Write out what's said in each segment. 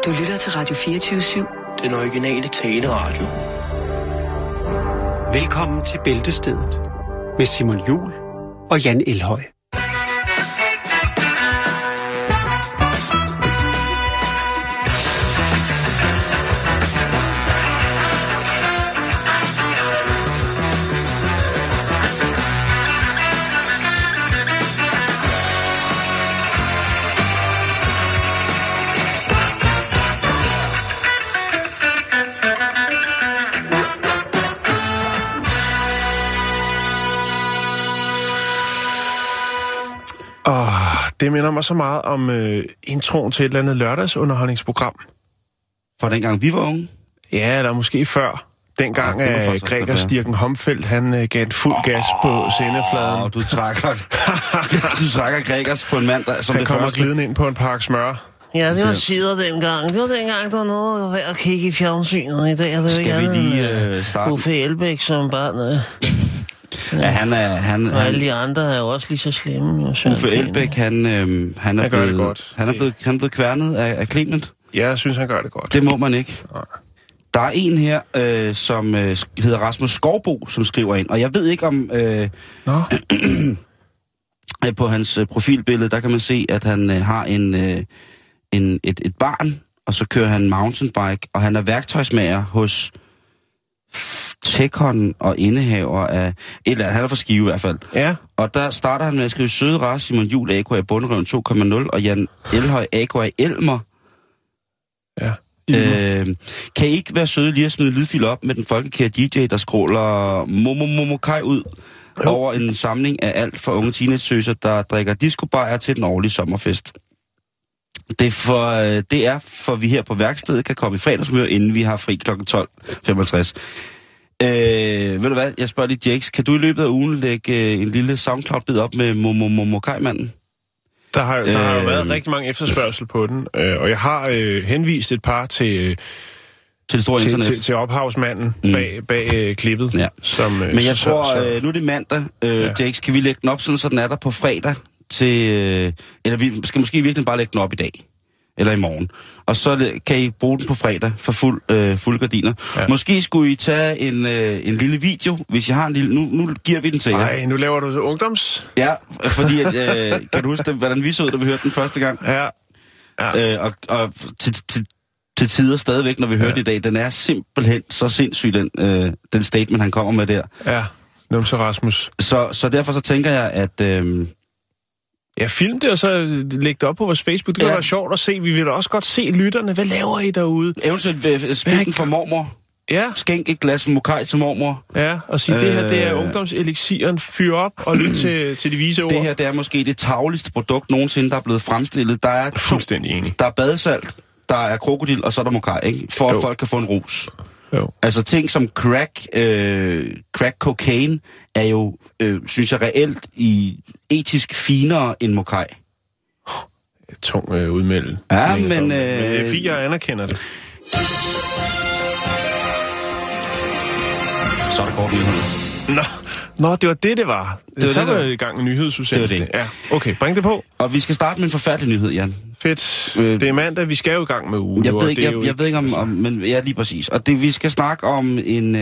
Du lytter til Radio 24/7. Den originale taleradio. Velkommen til Bæltestedet med Simon Jul og Jan Elhøj. Det minder mig så meget om introen til et eller andet lørdagsunderholdningsprogram. For dengang vi var unge? Ja, eller måske før. Dengang Gregers Dirken Homfeldt, han gav fuld gas på sendefladen. Du trækker Gregers på en mand, som han det kommer første. glidende ind på en pakke smør. Ja, det var sider dengang. Det var dengang, der var noget at kigge i fjernsynet i dag. Skal vi lige starte? Uffe Elbæk som barn. Ja, han og alle de andre er jo også lige så slemme. Uffe Elbæk, han er blevet kværnet af Clement. Ja, jeg synes, han gør det godt. Det må man ikke. Nej. Der er en her, som hedder Rasmus Skovbo, som skriver ind. Og jeg ved ikke om... på hans profilbillede, der kan man se, at han har et barn, og så kører han mountainbike, og han er værktøjsmager hos Tekon og indehaver af et eller andet. Han er fra Skive i hvert fald. Ja. Og der starter han med at skrive Søde Ras, Simon Jul, A.K.A. Bunderøven 2.0 og Jan Elhøj, A.K.A. Elmer. Ja. Kan I ikke være søde lige at smide lydfil op med den folkekære DJ, der scroller Momokai ud over en samling af alt for unge teenage-søser, der drikker discobajer til den årlige sommerfest? Det er for vi her på værkstedet kan komme i fredagsmør, inden vi har fri kl. 12.55. Ved du hvad, jeg spørger lige Jakes, kan du i løbet af ugen lægge en lille SoundCloud-bid op med Momokai-manden? Der har jo været rigtig mange efterspørgsel på den, og jeg har henvist et par til ophavsmanden bag klippet. Ja. Men jeg tror, nu er det mandag, Jakes, kan vi lægge den op, så den er der på fredag til... eller vi skal måske virkelig bare lægge den op i dag. Eller i morgen. Og så kan I bruge den på fredag for fuld gardiner. Ja. Måske skulle I tage en lille video, hvis jeg har en lille... Nu giver vi den til jer. Nej, nu laver du ungdoms. Ja, fordi kan du huske, hvordan vi så ud, da vi hørte den første gang? Ja. Og til tider stadigvæk, når vi hørte i dag, den er simpelthen så sindssyg, den statement, han kommer med der. Ja, numse Rasmus. Så derfor så tænker jeg, at... Ja, film det, og så læg det op på vores Facebook. Det kan være sjovt at se. Vi vil også godt se lytterne. Hvad laver I derude? Eventuelt spikken for mormor. Ja. Skænk et glas mokai til mormor. Ja, og sige, det her det er ungdomselixiren. Fyr op og lyt til de vise ord. Det her det er måske det tarveligste produkt nogensinde, der er blevet fremstillet. Der er fuldstændig enig. Der er badesalt, der er krokodil, og så er der mokai, ikke? For at folk kan få en rus. Jo. Altså ting som crack cocaine er jo, synes jeg, reelt etisk finere end mokai. Tung udmelding. Ja, men... men jeg anerkender det. Så er der kort nyheder. Nå, det var det var. Så er der i gang med nyhedsudsendelsen. Det var det. Ja, okay, bring det på. Og vi skal starte med en forfærdelig nyhed, Jan. Fedt. Det er mandag, vi skal jo i gang med ugen. Jeg ved ikke om, men ja, lige præcis. Og vi skal snakke om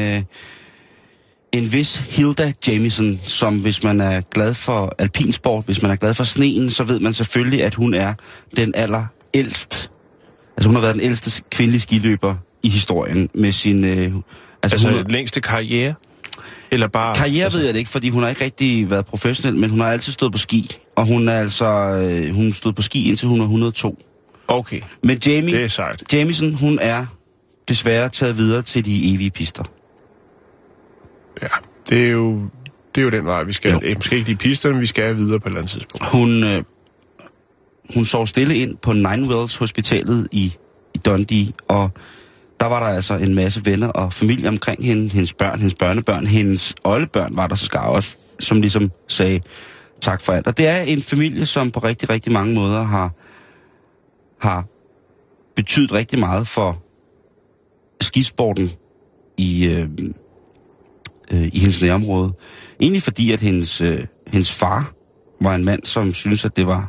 en vis Hilda Jamieson, som hvis man er glad for alpinsport, hvis man er glad for sneen, så ved man selvfølgelig, at hun er den allerældste. Altså hun har været den ældste kvindelige skiløber i historien med sin... Altså længste karriere? Eller bare... Karriere ved jeg det ikke, fordi hun har ikke rigtig været professionel, men hun har altid stået på ski. Og hun er hun stod på ski indtil hun var 102. Okay. Men det er sejt. Jamieson, hun er desværre taget videre til de evige pister. Ja, det er jo den vej, vi skal. Måske ikke de pister, men vi skal videre på et eller andet tidspunkt. Hun sov stille ind på Nine Wells Hospitalet i Dundee, og der var der altså en masse venner og familie omkring hende, hendes børn, hendes børnebørn, hendes oldebørn var der så skar også, som ligesom sagde tak for alt. Og det er en familie, som på rigtig, rigtig mange måder har betydet rigtig meget for skisporten i hendes nærområde. Egentlig fordi, at hendes far var en mand, som syntes, at det var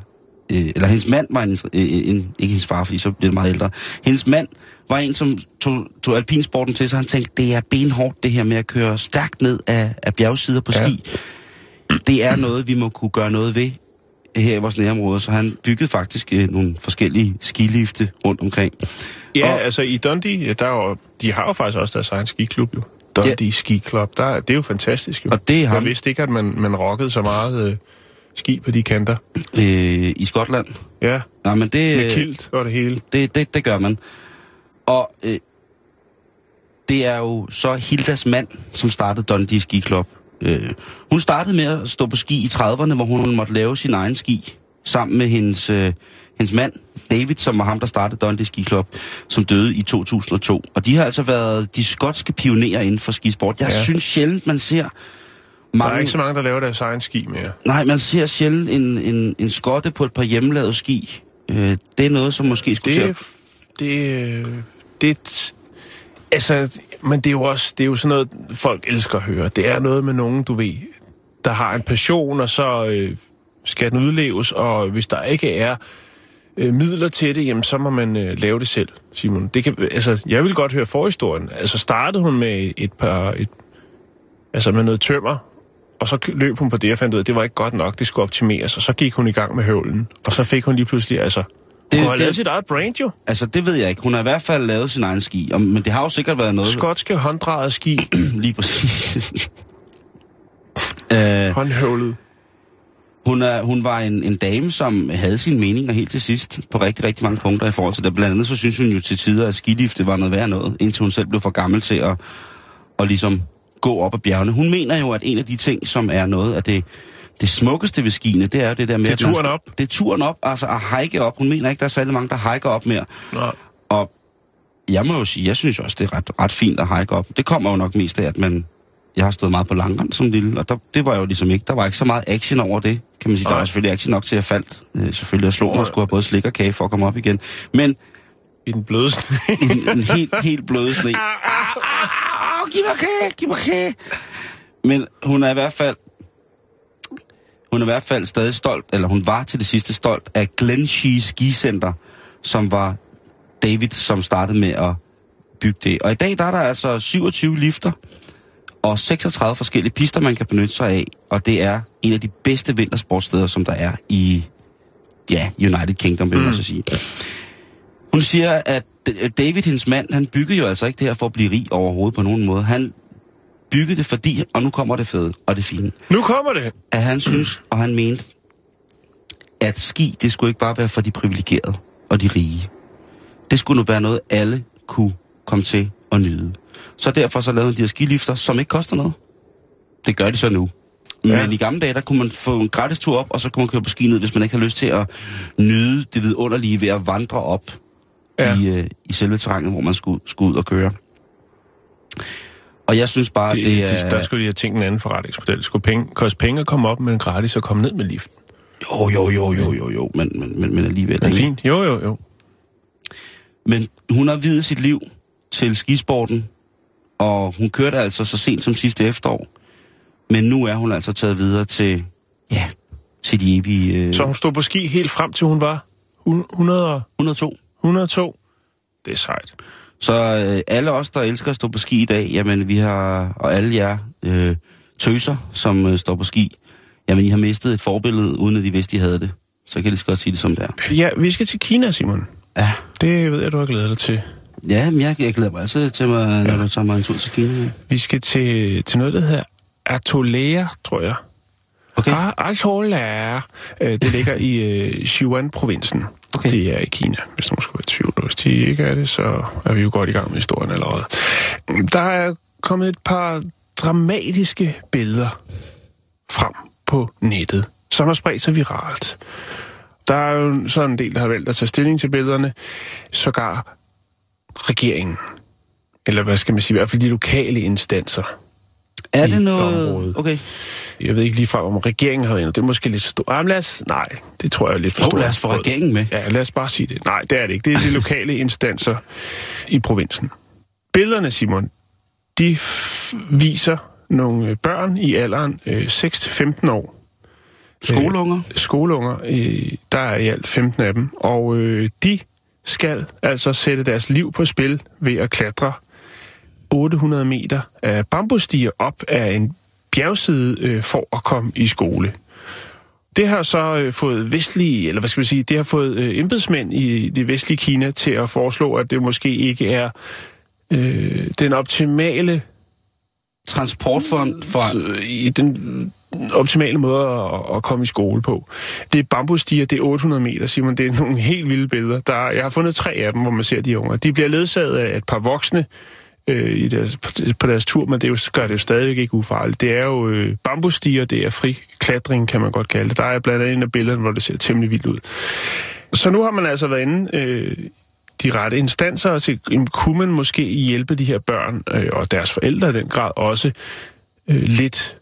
eller hendes mand var ikke hendes far, fordi så blev det meget ældre. Hendes mand var en, som tog alpinsporten til, så han tænkte, det er benhårdt det her med at køre stærkt ned af bjergsider på ski. Det er noget, vi må kunne gøre noget ved her i vores nærområde, så han byggede faktisk nogle forskellige skilifte rundt omkring. Ja, altså i Dundee, de har jo faktisk også deres egen skiklub jo. Dundee Ski Club, det er jo fantastisk jo. Og det jeg vidste ikke, at man rockede så meget ski på de kanter. I Skotland? Ja, nej, men det, med kilt og det hele. Det gør man. Og det er jo så Hildas mand, som startede Dundee Ski Club. Hun startede med at stå på ski i 30'erne, hvor hun måtte lave sin egen ski, sammen med hendes mand, David, som var ham, der startede Dundee Ski Club, som døde i 2002. Og de har altså været de skotske pionerer inden for skisport. Jeg synes sjældent, man ser mange... Der er ikke så mange, der laver deres egen ski mere. Nej, man ser sjældent en skotte på et par hjemmelavede ski. Det er noget, som måske skulle Altså, men det er jo sådan noget, folk elsker at høre. Det er noget med nogen, du ved, der har en passion, og så skal den udleves, og hvis der ikke er midler til det, jamen så må man lave det selv, Simon. Jeg vil godt høre forhistorien. Altså startede hun med med noget tømmer, og så løb hun på det og fandt ud af, at det var ikke godt nok, det skulle optimeres, og så gik hun i gang med høvlen, og så fik hun lige pludselig, hun har lavet sit eget brand jo. Altså, det ved jeg ikke. Hun har i hvert fald lavet sin egen ski, men det har jo sikkert været noget... Skotske hånddrejede ski. Lige præcis. Håndhøvlet. Hun var en dame, som havde sine meninger helt til sidst, på rigtig, rigtig mange punkter i forhold til det. Blandt andet så synes hun jo til tider, at skilifte var noget værd noget, indtil hun selv blev for gammel til at ligesom gå op ad bjergene. Hun mener jo, at en af de ting, som er noget af det smukkeste ved skiene, det er jo det der med... Det er turen op. Det er turen op, altså at hike op. Hun mener ikke, der er særlig mange, der hiker op mere. Nej. Og jeg må jo sige, jeg synes også, det er ret fint at hike op. Det kommer jo nok mest af, at jeg har stået meget på langrend som lille, og det var jo ligesom ikke. Der var ikke så meget action over det, kan man sige. Der var selvfølgelig action nok til at faldt. Selvfølgelig at slå mig og skulle have både slik og kage for at komme op igen. Men... I den bløde sne. en helt bløde sne. Giv mig kage. Men hun er i hvert fald stadig stolt, eller hun var til det sidste stolt af Glenshee Ski Center, som var David, som startede med at bygge det. Og i dag der er der altså 27 lifter og 36 forskellige pister, man kan benytte sig af. Og det er en af de bedste vintersportsteder, som der er i United Kingdom, vil man så sige. Hun siger, at David, hendes mand, han byggede jo altså ikke det her for at blive rig overhovedet på nogen måde. Han byggede det fordi, og nu kommer det fede og det fine. Nu kommer det! At han synes, og han mente, at ski, det skulle ikke bare være for de privilegerede og de rige. Det skulle nu være noget, alle kunne komme til at nyde. Så derfor så lavede han de her skilifter, som ikke koster noget. Det gør de så nu. Ja. Men i gamle dage, der kunne man få en gratis tur op, og så kunne man køre på ski ned, hvis man ikke har lyst til at nyde det vidunderlige ved at vandre op i selve terrænet, hvor man skulle ud og køre. Og jeg synes bare, der skulle de have tænkt en anden forretningsmodel. Det skulle koste penge at komme op, men gratis at komme ned med liften. Jo, men alligevel. Men fint, jo. Men hun har viet sit liv til skisporten, og hun kørte altså så sent som sidste efterår. Men nu er hun altså taget videre til de evige... Så hun stod på ski helt frem til hun var 102. 102? Det er sejt. Så alle os, der elsker at stå på ski i dag, jamen vi har, og alle jer tøser, som står på ski, jamen I har mistet et forbillede, uden at de vidste, de havde det. Så kan jeg lige så godt sige det som det er. Ja, vi skal til Kina, Simon. Ja. Det ved jeg, du har glædet dig til. Ja, men jeg glæder mig altid til mig, når du tager mig en tur til Kina. Vi skal til noget, der hedder Atolea, tror jeg. Okay. Atolea. Det ligger i Sichuan-provinsen. Okay. Det er i Kina, hvis nogen skulle være tvivl. Hvis de ikke er det, så er vi jo godt i gang med historien allerede. Der er kommet et par dramatiske billeder frem på nettet, som har spredt sig viralt. Der er jo sådan en del, der har valgt at tage stilling til billederne. Sågar regeringen. Eller hvad skal man sige, i hvert fald de lokale instanser. Er det noget? Området. Okay. Jeg ved ikke lige fra, om regeringen har været. Det er måske lidt stort. Nej, det tror jeg er lidt for stort. Lad os få regeringen med. Ja, lad os bare sige det. Nej, det er det ikke. Det er de lokale instanser i provinsen. Billederne, Simon, de viser nogle børn i alderen 6-15 år, Skoleunger? Der er i alt 15 af dem, og de skal altså sætte deres liv på spil ved at klatre 800 meter af bambusstiger op af en bjergside for at komme i skole. Det har så fået det har fået embedsmænd i det vestlige Kina til at foreslå, at det måske ikke er den optimale transportfond for den optimale måde at komme i skole på. Det er bambusstiger, det er 800 meter, Simon. Det er nogle helt vilde billeder. Jeg har fundet 3 af dem, hvor man ser de unger. De bliver ledsaget af et par voksne på deres tur, men gør det jo stadig ikke ufarligt. Det er jo bambusstiger, det er fri klatring, kan man godt kalde det. Der er blandt andet en af billederne, hvor det ser temmelig vildt ud. Så nu har man altså været inde de rette instanser, og så kunne man måske hjælpe de her børn og deres forældre i den grad også lidt,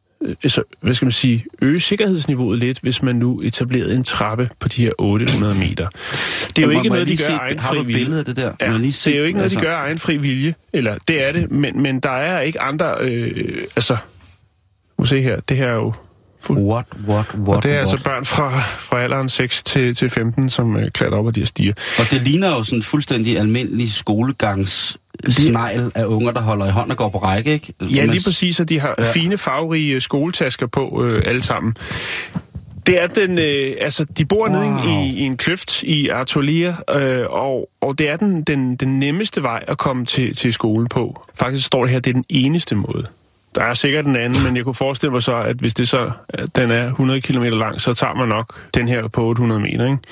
øge sikkerhedsniveauet lidt, hvis man nu etablerede en trappe på de her 800 meter. Det er jo ikke noget, de gør egen fri vilje. Har du billede af det der? Ja, det er jo ikke noget, de gør egen fri vilje, eller det er det, men der er ikke andre, må se her, det her er jo What? Og det er altså børn fra alderen 6 til 15, som klatrer op ad de her stiger. Og det ligner jo sådan en fuldstændig almindelig skolegangssnegl af unger, der holder i hånd og går på række, ikke? Ja, lige præcis, og de har fine, farverige skoletasker på alle sammen. Det er de bor nede i en kløft i Artolia, og det er den nemmeste vej at komme til skole på. Faktisk står det her, det er den eneste måde. Der er sikkert den anden, men jeg kunne forestille mig så, at hvis den er 100 km lang, så tager man nok den her på 800 meter, ikke?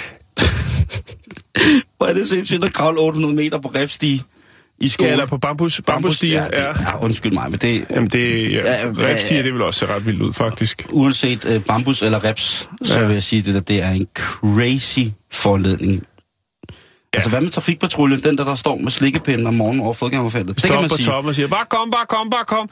Hvor er det sindssygt at kravle 800 meter på repstige i skole? Ja, eller på bambusstiger. Ja, undskyld mig, men det... Jamen repstiger, det vil også se ret vildt ud, faktisk. Uanset bambus eller reps, så vil jeg sige, at det er en crazy forledning. Ja. Altså, hvad med trafikpatruljen? Den der står med slikkepinden om morgenen over fodgængerfeltet. Det kan man sige. Toppen og siger, bare kom.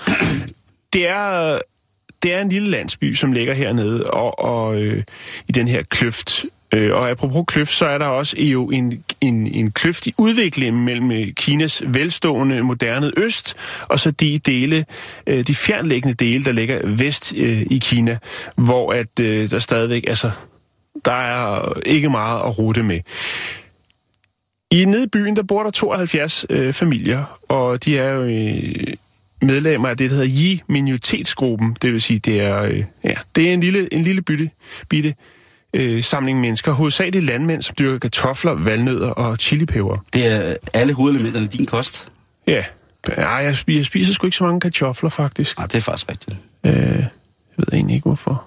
Det er en lille landsby, som ligger hernede og i den her kløft. Og apropos kløft, så er der også jo en kløft i udviklingen mellem Kinas velstående, moderne øst, og så de fjernliggende dele, der ligger vest i Kina, hvor at der stadigvæk, der er ikke meget at rute med. Nede i byen, der bor der 72 familier, og de er jo medlemmer af det, der hedder Yi-minoritetsgruppen. Det vil sige, det er en lille bitte samling mennesker, hovedsageligt landmænd, som dyrker kartofler, valnødder og chilipeber. Det er alle hovedelementerne i din kost? Ja. Jeg spiser sgu ikke så mange kartofler, faktisk. Nej, det er faktisk rigtigt. Jeg ved egentlig ikke, hvorfor.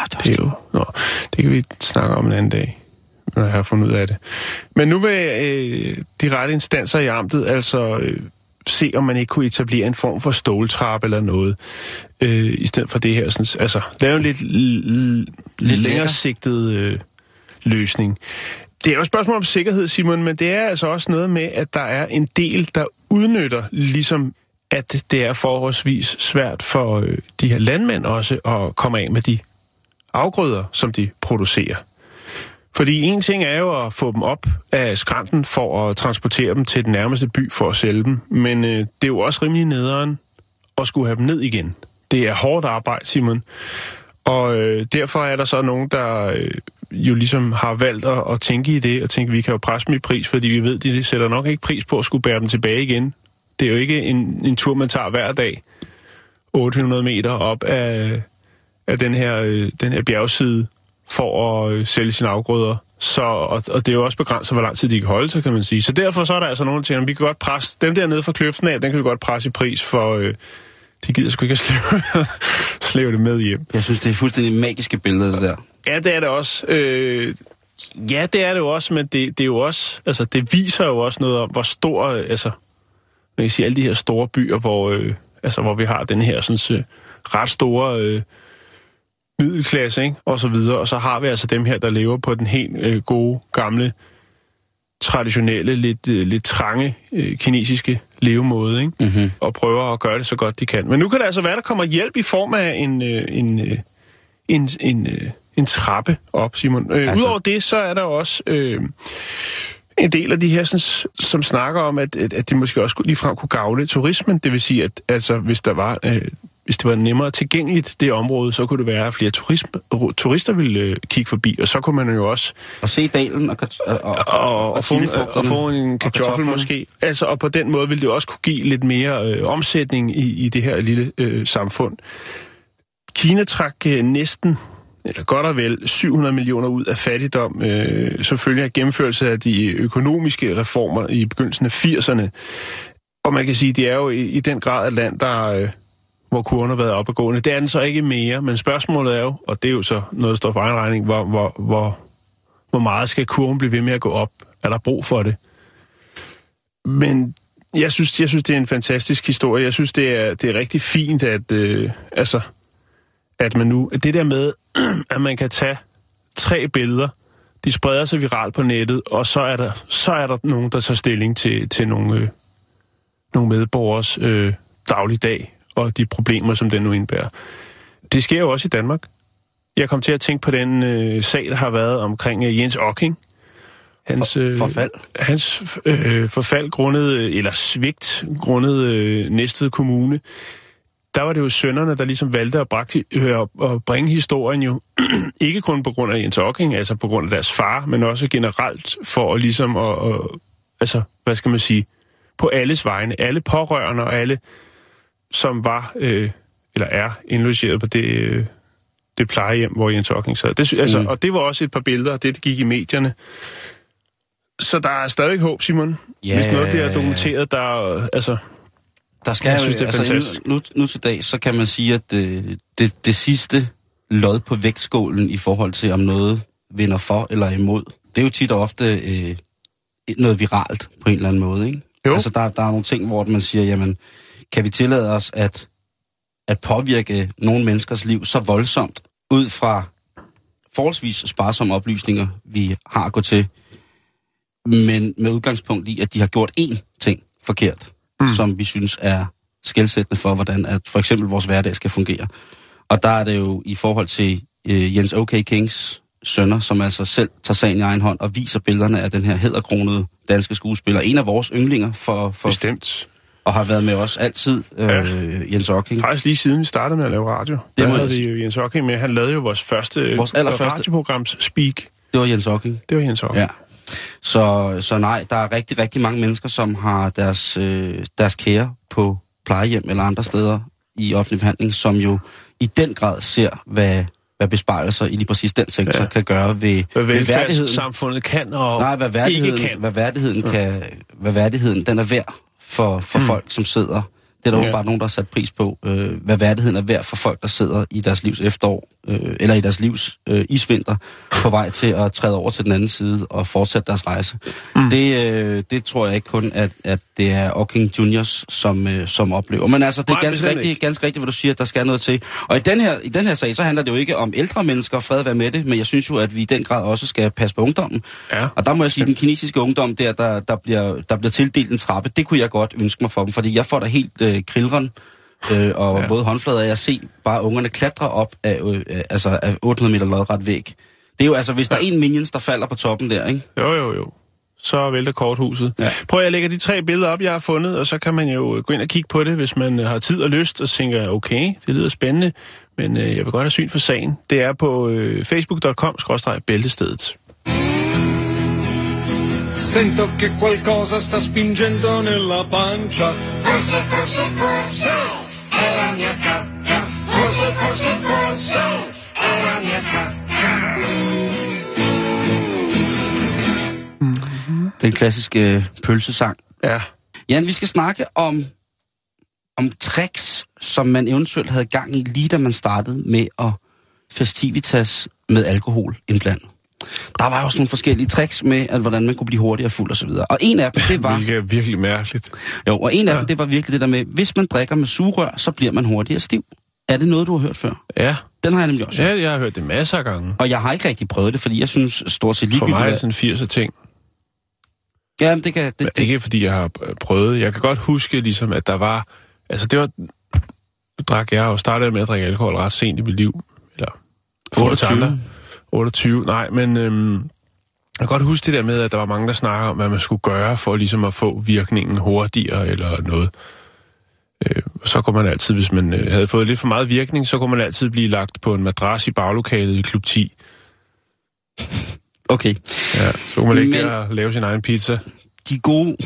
Det kan vi snakke om en anden dag, når jeg har fundet ud af det. Men nu vil de rette instanser i amtet se, om man ikke kunne etablere en form for ståltrappe eller noget, i stedet for det her. Sådan, lave en lidt længere sigtet løsning. Det er jo et spørgsmål om sikkerhed, Simon, men det er altså også noget med, at der er en del, der udnytter, ligesom at det er forholdsvis svært for de her landmænd også at komme af med de afgrøder, som de producerer. Fordi en ting er jo at få dem op af skrænten for at transportere dem til den nærmeste by for at sælge dem, men det er jo også rimelig nederen at skulle have dem ned igen. Det er hårdt arbejde, Simon. Og derfor er der så nogen, der jo ligesom har valgt at tænke i det, og tænke, at vi kan jo presse dem i pris, fordi vi ved, at de sætter nok ikke pris på at skulle bære dem tilbage igen. Det er jo ikke en tur, man tager hver dag. 800 meter op af den her bjergside for at sælge sine afgrøder. Og det er jo også begrænset, hvor lang tid de kan holde sig, kan man sige. Så derfor så er der altså nogen, der tænker, vi kan godt presse dem der nede fra kløften af, den kan vi godt presse i pris, for de gider sgu ikke at slæve det med hjem. Jeg synes, det er fuldstændig magiske billeder, det der. Ja, det er det også. Det er det jo også, men det er jo også, det viser jo også noget om, hvor stor, man kan sige, alle de her store byer, hvor vi har den her sådan, ret store middelklasse, ikke? Og så videre. Og så har vi altså dem her, der lever på den helt gode, gamle, traditionelle, lidt trange kinesiske levemåde, ikke? Mm-hmm. Og prøver at gøre det så godt de kan. Men nu kan det altså være, der kommer hjælp i form af en trappe op, Simon. Udover det, så er der også en del af de her, som snakker om, at de måske også ligefrem kunne gavne turismen. Det vil sige, at hvis der var hvis det var nemmere tilgængeligt, det område, så kunne det være, at flere turister ville kigge forbi, og så kunne man jo også... Og se dalen og få en kartoffel måske. Altså, og på den måde ville det også kunne give lidt mere omsætning i det her lille samfund. Kina trak næsten, eller godt og vel, 700 millioner ud af fattigdom, som følge af gennemførelse af de økonomiske reformer i begyndelsen af 80'erne. Og man kan sige, det er jo i den grad et land, der, hvor kurven har været opadgående. Det er den så ikke mere, men spørgsmålet er jo, og det er jo så noget, der står for egen regning, hvor meget skal kurven blive ved med at gå op? Er der brug for det? Men jeg synes det er en fantastisk historie. Jeg synes, det er rigtig fint, at man nu... Det der med, at man kan tage 3 billeder, de spreder sig viralt på nettet, og så er der nogen, der tager stilling til nogle medborgers dagligdag og de problemer, som den nu indbærer. Det sker jo også i Danmark. Jeg kom til at tænke på den sag, der har været omkring Jens Ocking. Hans forfald. Hans forfald grundet, svigt grundet Næstved Kommune. Der var det jo sønnerne, der ligesom valgte at bringe historien jo, ikke kun på grund af Jens Ocking, altså på grund af deres far, men også generelt for at ligesom hvad skal man sige, på alles vegne, alle pårørende og alle, som var eller er indlogeret på det plejehjem, hvor Jens Ocking sad. Og det var også et par billeder, det gik i medierne. Så der er stadig håb, Simon. Yeah. Hvis noget bliver dokumenteret, der skal jeg synes, det er fantastisk. Nu til dag, så kan man sige, at det sidste lod på vægtskålen i forhold til, om noget vinder for eller imod, det er jo tit og ofte noget viralt på en eller anden måde, ikke? Jo. Altså, der er nogle ting, hvor man siger, jamen, kan vi tillade os at påvirke nogle menneskers liv så voldsomt, ud fra forholdsvis sparsomme oplysninger, vi har at gå til, men med udgangspunkt i, at de har gjort én ting forkert, som vi synes er skelsættende for, hvordan at for eksempel vores hverdag skal fungere. Og der er det jo i forhold til Jens O.K. Kings sønner, som altså selv tager sagen i egen hånd og viser billederne af den her hæderkronede danske skuespiller. En af vores yndlinger for bestemt. Og har været med os altid, Jens Ocking. Faktisk lige siden vi startede med at lave radio. Der havde vi jo Jens Ocking med. Han lavede jo vores allerførste radioprograms Speak. Det var Jens Ocking. Det var Jens Ocking. Ja. Så nej, der er rigtig, rigtig mange mennesker, som har deres kære på plejehjem eller andre steder i offentlig behandling, som jo i den grad ser, hvad besparelser i lige præcis den sektor kan gøre ved værdigheden. Samfundet kan og nej, hvad værdigheden den er værd for folk, som sidder. Det er der bare nogen, der har sat pris på, hvad værdigheden er værd for folk, der sidder i deres livs efterår, eller i deres livs isvinter, på vej til at træde over til den anden side og fortsætte deres rejse. Det tror jeg ikke kun, at det er Ocking Juniors, som oplever. Men altså, det er ganske rigtigt, hvad du siger, at der skal noget til. Og i den her sag, så handler det jo ikke om ældre mennesker, fred være med det, men jeg synes jo, at vi i den grad også skal passe på ungdommen. Ja. Og der må jeg sige, at den kinesiske ungdom, der bliver tildelt en trappe, det kunne jeg godt ønske mig for dem, fordi jeg får da helt krildren og våde håndflader af at se bare ungerne klatre op af 800 meter lodret væg. Det er jo altså, hvis der er en minions, der falder på toppen der, ikke? Jo. Så vælter korthuset. Ja. Prøv at lægge de 3 billeder op, jeg har fundet, og så kan man jo gå ind og kigge på det, hvis man har tid og lyst, og tænker, okay, det lyder spændende, men jeg vil godt have syn for sagen. Det er på facebook.com/bæltestedet. Sento che qualcosa sta spingendo nella pancia. Forse, è la mia cacca. Forse, è la mia cacca. Den klassiske pølsesang. Ja. Jan, vi skal snakke om tricks, som man eventuelt havde gang i, lige da man startede med at festivitas med alkohol indblandet. Der var også nogle forskellige tricks med, hvordan man kunne blive hurtigere fuld og så videre. Og en af dem, det var... Hvilket er virkelig mærkeligt. Jo, og en af dem, det var virkelig det der med, hvis man drikker med sugerør, så bliver man hurtigere stiv. Er det noget, du har hørt før? Ja. Den har jeg nemlig også. Ja, jeg har hørt det masser af gange. Og jeg har ikke rigtig prøvet det, fordi jeg synes stort set ligegyldigt... For mig er det sådan 80'er ting. Ja, men det kan... Det ikke fordi jeg har prøvet. Jeg kan godt huske, ligesom, at der var... Altså, det var... Jeg jo startede med at drikke alkohol ret sent i mit liv. Eller... 28. Nej, men jeg kan godt huske det der med, at der var mange, der snakker om, hvad man skulle gøre for ligesom at få virkningen hurtigere eller noget. så kunne man altid, hvis man havde fået lidt for meget virkning, så kunne man altid blive lagt på en madras i baglokalet i Klub 10. Okay. Ja, så kunne man ikke der lave sin egen pizza. De gode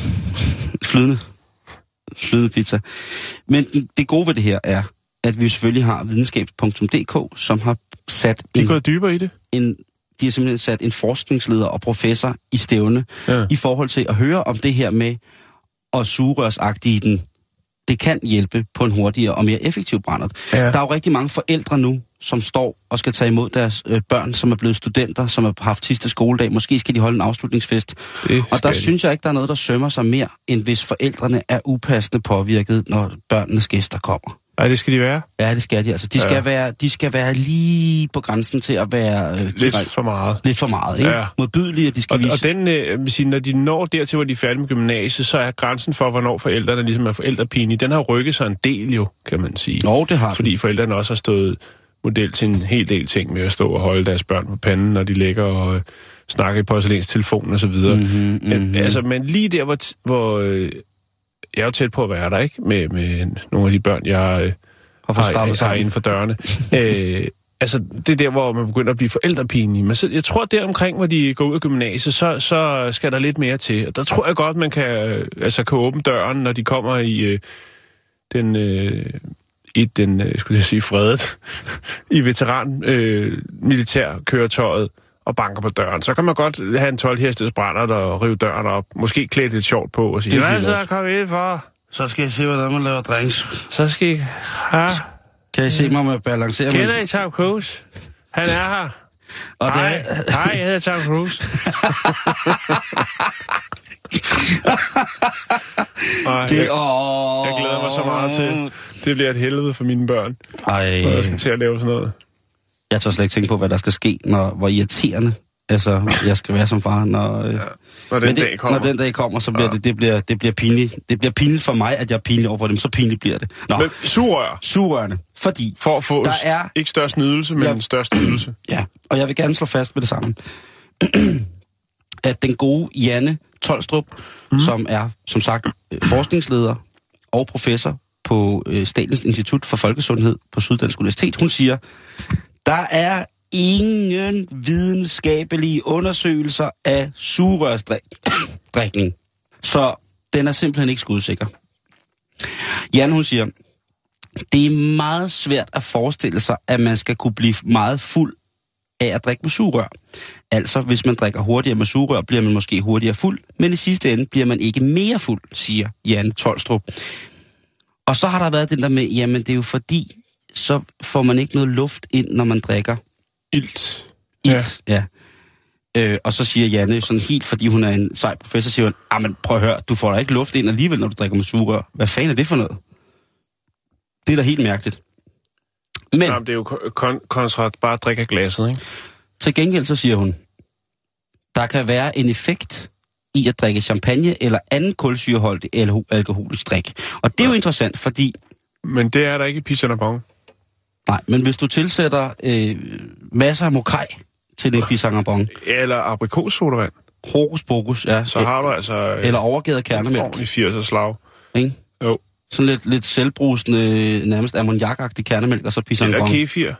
flydende pizza. Men det gode ved det her er, at vi selvfølgelig har videnskab.dk, som har sat... De er gået dybere i det? De har simpelthen sat en forskningsleder og professor i stævne, i forhold til at høre om det her med at sugerørsagtige den. Det kan hjælpe på en hurtigere og mere effektiv brændert. Ja. Der er jo rigtig mange forældre nu, som står og skal tage imod deres børn, som er blevet studenter, som har haft sidste skoledag. Måske skal de holde en afslutningsfest. Og der synes jeg ikke, der er noget, der sømmer sig mere, end hvis forældrene er upassende påvirket, når børnenes gæster kommer. Nej, det skal de være. Ja, det skal de. Altså, de skal være lige på grænsen til at være... lidt for meget. Lidt for meget, ikke? Ja. Modbydelige, at de skal vise... Og den, når de når dertil, hvor de er færdige med gymnasiet, så er grænsen for, hvornår forældrene ligesom er forældrepinige, den har rykket sig en del jo, kan man sige. Jo, det har. Fordi forældrene også har stået model til en hel del ting med at stå og holde deres børn på panden, når de ligger og snakker i porcelænstelefonen og så videre. Men lige der, hvor jeg er jo tæt på at være der, ikke? Med nogle af de børn, jeg har inden for dørene. Det er der, hvor man begynder at blive forældrepinige. Men så, jeg tror, der omkring, hvor de går ud af gymnasiet, så skal der lidt mere til. Og der tror jeg godt, man kan åbne døren, når de kommer i skulle jeg sige, fredet, i veteran-militærkøretøjet og banker på døren. Så kan man godt have en 12-hestes brænder, der rive døren op. Måske klæde lidt sjovt på og sige, hvad så kom ind for? Så skal jeg se, hvordan man laver drinks. Så skal I... Kan I se mig med at balancere? Kender I Tom Cruise? Han er her. Hej, jeg hedder Tom Cruise. Jeg glæder mig så meget til. Det bliver et helvede for mine børn. Når jeg skal til at lave sådan noget. Jeg tør slet ikke tænke på, hvad der skal ske, hvor irriterende jeg skal være som far. Når den dag kommer, så bliver det bliver pinligt. Det bliver pinligt for mig, at jeg er pinlig over for dem. Så pinligt bliver det. Men sugerørene. Fordi for at få ikke størst nydelse, men størst nydelse. Ja, og jeg vil gerne slå fast med det samme. At den gode Janne Tolstrup, som er, som sagt, forskningsleder og professor på Statens Institut for Folkesundhed på Syddansk Universitet, hun siger, der er ingen videnskabelige undersøgelser af sugerørsdrikning. Så den er simpelthen ikke skudsikker. Jan, hun siger, det er meget svært at forestille sig, at man skal kunne blive meget fuld af at drikke med sugerør. Altså, hvis man drikker hurtigere med sugerør, bliver man måske hurtigere fuld, men i sidste ende bliver man ikke mere fuld, siger Jan Tolstrup. Og så har der været den der med, jamen det er jo fordi, så får man ikke noget luft ind, når man drikker. Ilt. Ja. Og så siger Janne sådan helt, fordi hun er en sej professor, siger hun, men prøv at høre, du får da ikke luft ind alligevel, når du drikker med sugerør. Hvad fanden er det for noget? Det er da helt mærkeligt. Men det er jo kontra bare at drikke af glasset, ikke? Til gengæld så siger hun, der kan være en effekt i at drikke champagne eller anden kulsyreholdig alkoholisk drik. Og det er jo interessant, fordi... Men det er der ikke i Pisang Ambon. Nej, men hvis du tilsætter masser af mokai til det Pisang Ambon... Eller aprikossodavand. Hokus pokus, ja. Så har du altså... eller overgæret kernemælk. Ordentlig 80'er slag. Ikke? Jo. Sådan lidt selvbrusende, nærmest ammoniakagtig kernemælk, og så Pisang Ambon. Eller kefir.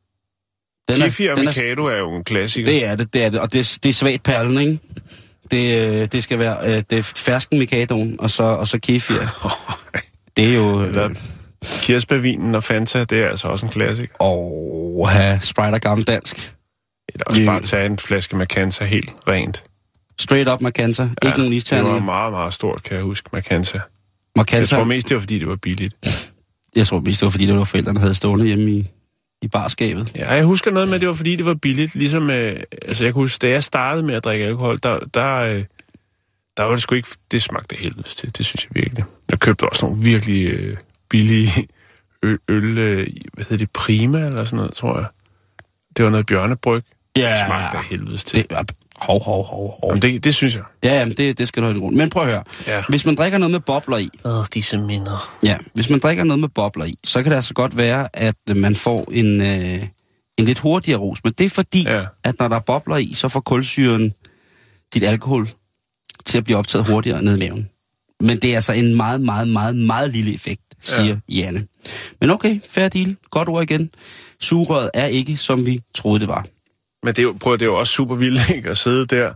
Kefir og Mikado er jo en klassiker. Det er det. Og det er svagt perlen, ikke? Det skal være det fersken Mikadoen, og så kefir. Det er jo... Kirsebærvinen og Fanta, det er altså også en klassiker. Og Sprite er gammel dansk. Eller også bare tage en flaske Macanta helt rent. Straight up Macanta, ja, ikke nogen isterning. Det var meget, meget stort, kan jeg huske, Macanta. Jeg tror mest, det var, fordi det var billigt. Jeg tror mest, det var, fordi det var forældrene, der havde stående hjemme i barskabet. Ja, jeg husker noget med, at det var, fordi det var billigt. Ligesom, jeg kan huske, da jeg startede med at drikke alkohol, der var det sgu ikke... Det smagte helvedes til, det synes jeg virkelig. Jeg købte også nogle virkelig billige øl, hvad hedder det, Prima eller sådan noget, tror jeg. Det var noget bjørnebryg. Ja. Det smagte helvedes til. Hov. Jamen, det synes jeg. Ja, det skal du have en grund. Men prøv at høre. Ja. Hvis man drikker noget med bobler i... disse minder. Ja, hvis man drikker noget med bobler i, så kan det altså godt være, at man får en lidt hurtigere rus. Men det er fordi, at når der er bobler i, så får kulsyren dit alkohol til at blive optaget hurtigere ned i maven. Men det er altså en meget, meget, meget, meget lille effekt. siger Janne. Men okay, fair deal. Godt ord igen. Sugerøret er ikke, som vi troede, det var. Men det er jo også super vildt, ikke? At sidde der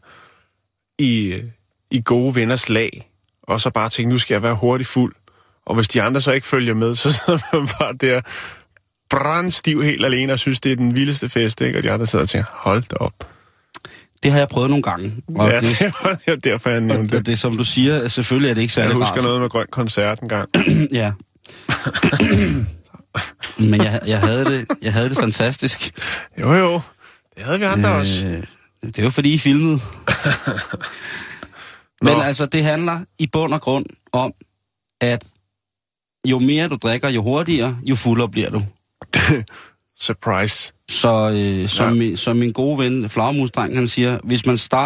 i gode venners lag, og så bare tænke, nu skal jeg være hurtigt fuld. Og hvis de andre så ikke følger med, så sidder man bare der brandstiv helt alene og synes, det er den vildeste fest, ikke? Og de andre sidder og tænker, hold da op. Det har jeg prøvet nogle gange. Og ja, det var derfor, jeg nævnte det. Det, som du siger, selvfølgelig er det ikke særlig rart. Jeg husker noget med grøn koncert en gang. Ja. Men jeg havde det fantastisk. Jo. Det havde vi andre også. Det var fordi I filmede. Men altså, det handler i bund og grund om, at jo mere du drikker, jo hurtigere, jo fuldere bliver du. Surprise. Så som min gode ven, Flagermusdreng, han siger, hvis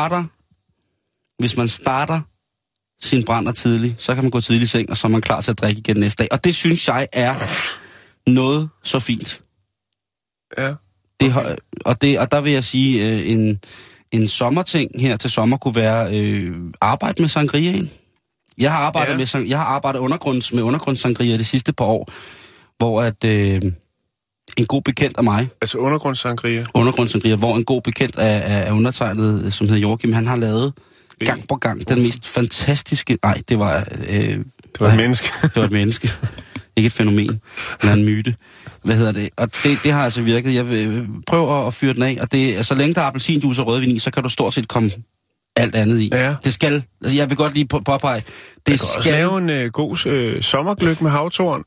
man starter sin brænder tidligt, så kan man gå tidligt i seng, og så er man klar til at drikke igen næste dag. Og det synes jeg er noget så fint. Ja. Okay. Og der vil jeg sige, en sommerting her til sommer kunne være arbejde med sangriaen. Jeg har arbejdet med undergrundssangria de sidste par år, hvor at en god bekendt af mig... Altså undergrundssangria? Undergrundssangria, hvor en god bekendt af undertegnet, som hedder Joachim, han har lavet gang på gang den mest fantastiske... Nej, det var... det var et menneske. Det var et menneske. Ikke et fænomen, eller en myte. Hvad hedder det? Og det har altså virket. Jeg vil prøve at fyre den af, og det, så længe der er appelsinjuice og rødvin i, så kan du stort set komme alt andet i. Ja. Det skal... Altså, jeg vil godt lige påpege... Det skal også lave en god sommergløgg med havtorn.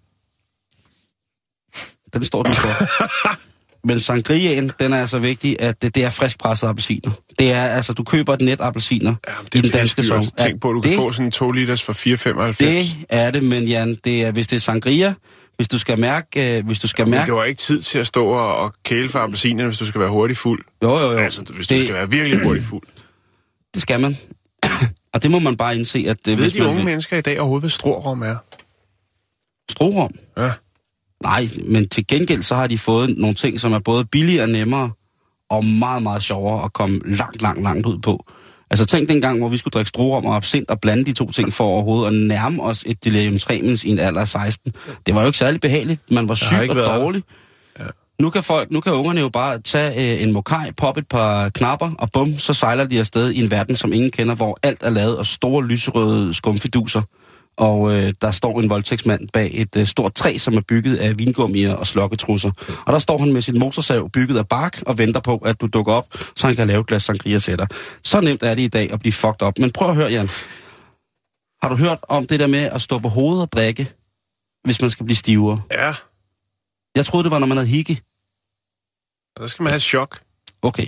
Den står den for. Men sangriaen, den er altså vigtig, at det er friskpressede appelsiner. Det er altså, du køber et net appelsiner i den danske sov. Tænk på, at du kan få sådan en 2 liters for 4,95. Det er det, men Jan, det er, hvis det er sangria, hvis du skal mærke... Men det var ikke tid til at stå og kæle for appelsinerne, hvis du skal være hurtigt fuld. Jo. Altså, hvis du skal være virkelig hurtigt fuld. Det skal man. Og det må man bare indse, at... Ved de unge mennesker i dag overhovedet, hvad strårum er? Strårum? Ja. Nej, men til gengæld så har de fået nogle ting, som er både billigere og nemmere, og meget, meget sjovere at komme langt ud på. Altså tænk dengang, hvor vi skulle drikke strorum og absint og blande de to ting for overhovedet at nærme os et delirium tremens i en alder af 16. Det var jo ikke særlig behageligt. Man var syg og dårlig. Ja. Nu kan ungerne jo bare tage en mokai, poppe et par knapper, og bum, så sejler de afsted i en verden, som ingen kender, hvor alt er lavet af store lyserøde skumfiduser. Og der står en voldtægtsmand bag et stort træ, som er bygget af vingummier og slokketrusser. Og der står han med sin motorsav bygget af bark og venter på, at du dukker op, så han kan lave et glas sangria til dig. Så nemt er det i dag at blive fucked up. Men prøv at høre, Jan. Har du hørt om det der med at stå på hovedet og drikke, hvis man skal blive stivere? Ja. Jeg troede, det var, når man havde hikke. Og der skal man have chok. Okay.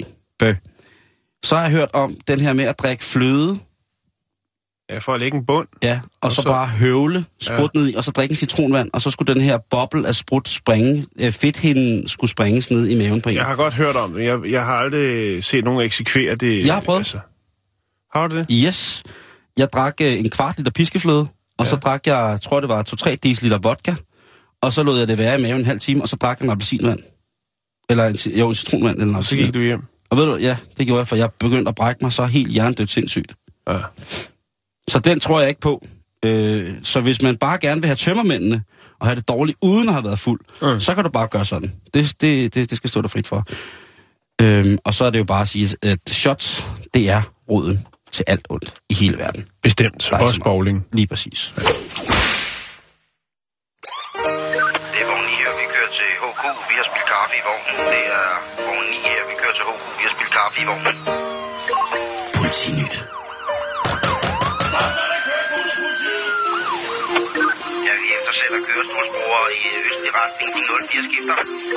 Så har jeg hørt om den her med at drikke fløde. Ja, for at lægge en bund. Ja, og så bare høvle sprut ned i, og så drikke en citronvand, og så skulle den her boble af sprut springe, fedthinden skulle springes ned i maven på en. Jeg har godt hørt om det. Jeg har aldrig set nogen eksekvere det. Jeg har prøvet. Altså. Har du det? Yes. Jeg drak en kvart liter piskefløde, og så drak jeg tror det var 2-3 deciliter vodka, og så lod jeg det være i maven en halv time, og så drak jeg en appelsinvand. Eller en citronvand. Eller noget. Og så gik du hjem? Og ved du, ja, det gjorde jeg, for jeg begyndte at brække mig så helt hjernedødt sindssygt. Ja. Så den tror jeg ikke på. Så hvis man bare gerne vil have tømmermændene, og have det dårligt uden at have været fuld, så kan du bare gøre sådan. Det skal stå der frit for. Og så er det jo bare at sige, at shots, det er roden til alt ondt i hele verden. Bestemt. Også bowling. Lige præcis. Det er vogn 9 her, vi kører til HK. Vi har spillet kaffe i vognen. Det er vogn 9 her, vi kører til HK. Vi har spillet kaffe i vognen. Politinyt. Ja, vi eftersætter kørestolsbrugere i østlig retning. De 04 skifter.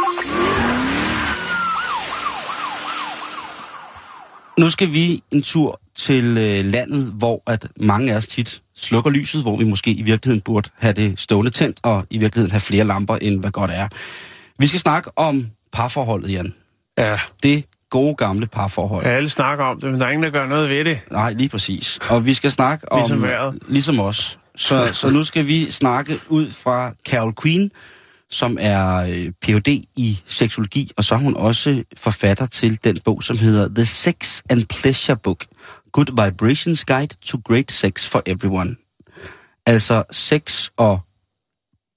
Nu skal vi en tur til landet, hvor at mange af os tit slukker lyset, hvor vi måske i virkeligheden burde have det stående tændt, og i virkeligheden have flere lamper, end hvad godt er. Vi skal snakke om parforholdet, Jan. Ja. Det gode gamle parforhold. Ja, alle snakker om det, men der er ingen, der gør noget ved det. Nej, lige præcis. Og vi skal snakke om... Ligesom vejret. Ligesom os. Så nu skal vi snakke ud fra Carol Queen, som er Ph.D. i seksologi, og så er hun også forfatter til den bog, som hedder The Sex and Pleasure Book. Good Vibrations Guide to Great Sex for Everyone. Altså sex og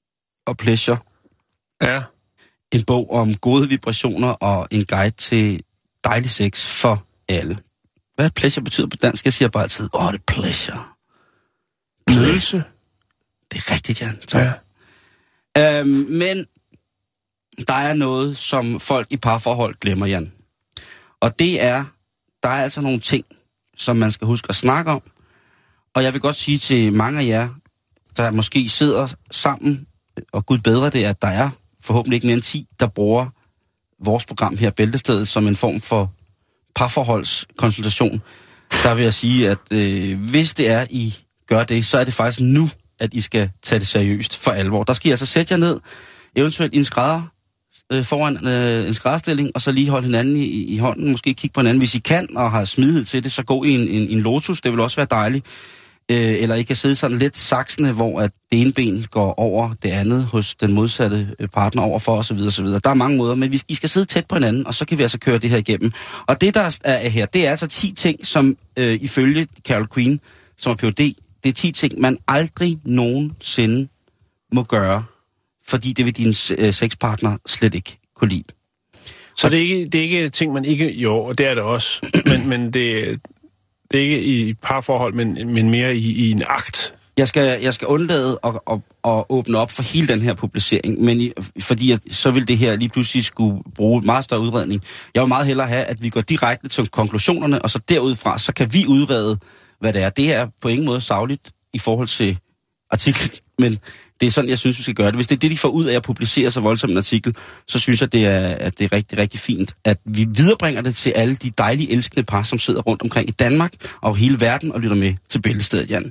og Pleasure. Ja. En bog om gode vibrationer og en guide til dejlig sex for alle. Hvad pleasure betyder på dansk? Jeg siger bare altid, det er pleasure. Nydelse. Det er rigtigt, Jan. Ja. Men der er noget, som folk i parforhold glemmer, Jan. Og det er, der er altså nogle ting, som man skal huske at snakke om. Og jeg vil godt sige til mange af jer, der måske sidder sammen, og Gud bedre det, at der er forhåbentlig ikke mere end 10, der bruger vores program her, Bæltestedet, som en form for parforholdskonsultation. Der vil jeg sige, at hvis det er, I gør det, så er det faktisk nu, at I skal tage det seriøst for alvor. Der skal I altså sætte jer ned, eventuelt i en skrædder, foran en skrædderstilling, og så lige holde hinanden i hånden, måske kigge på hinanden. Hvis I kan og har smidighed til det, så gå i en lotus, det vil også være dejligt. Eller I kan sidde sådan lidt saksende, hvor at det ene ben går over det andet hos den modsatte partner overfor osv. osv. Der er mange måder, men I skal sidde tæt på hinanden, og så kan vi altså køre det her igennem. Og det, der er her, det er altså 10 ting, som ifølge Carol Queen, som er Ph.D., det er 10 ting, man aldrig nogensinde må gøre, fordi det vil din sexpartner slet ikke kunne lide. Så det er ikke ting, man ikke... Jo, og det er det også. men det er ikke i parforhold, men mere i en akt. Jeg skal undlade at åbne op for hele den her publicering, men fordi så vil det her lige pludselig skulle bruge meget større udredning. Jeg vil meget hellere have, at vi går direkte til konklusionerne, og så derudfra, så kan vi udrede, hvad det er. Det er på ingen måde sagligt i forhold til artiklen, men det er sådan, jeg synes, vi skal gøre det. Hvis det er det, de får ud af at publicere så voldsomt en artikel, så synes jeg, at det er rigtig, rigtig fint, at vi viderebringer det til alle de dejlige, elskende par, som sidder rundt omkring i Danmark og hele verden og lytter med til Bæltestedet, Jan.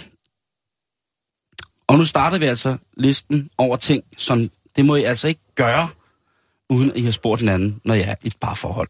Og nu starter vi altså listen over ting, som det må I altså ikke gøre, uden at I har spurgt den anden, når jeg er i et parforhold.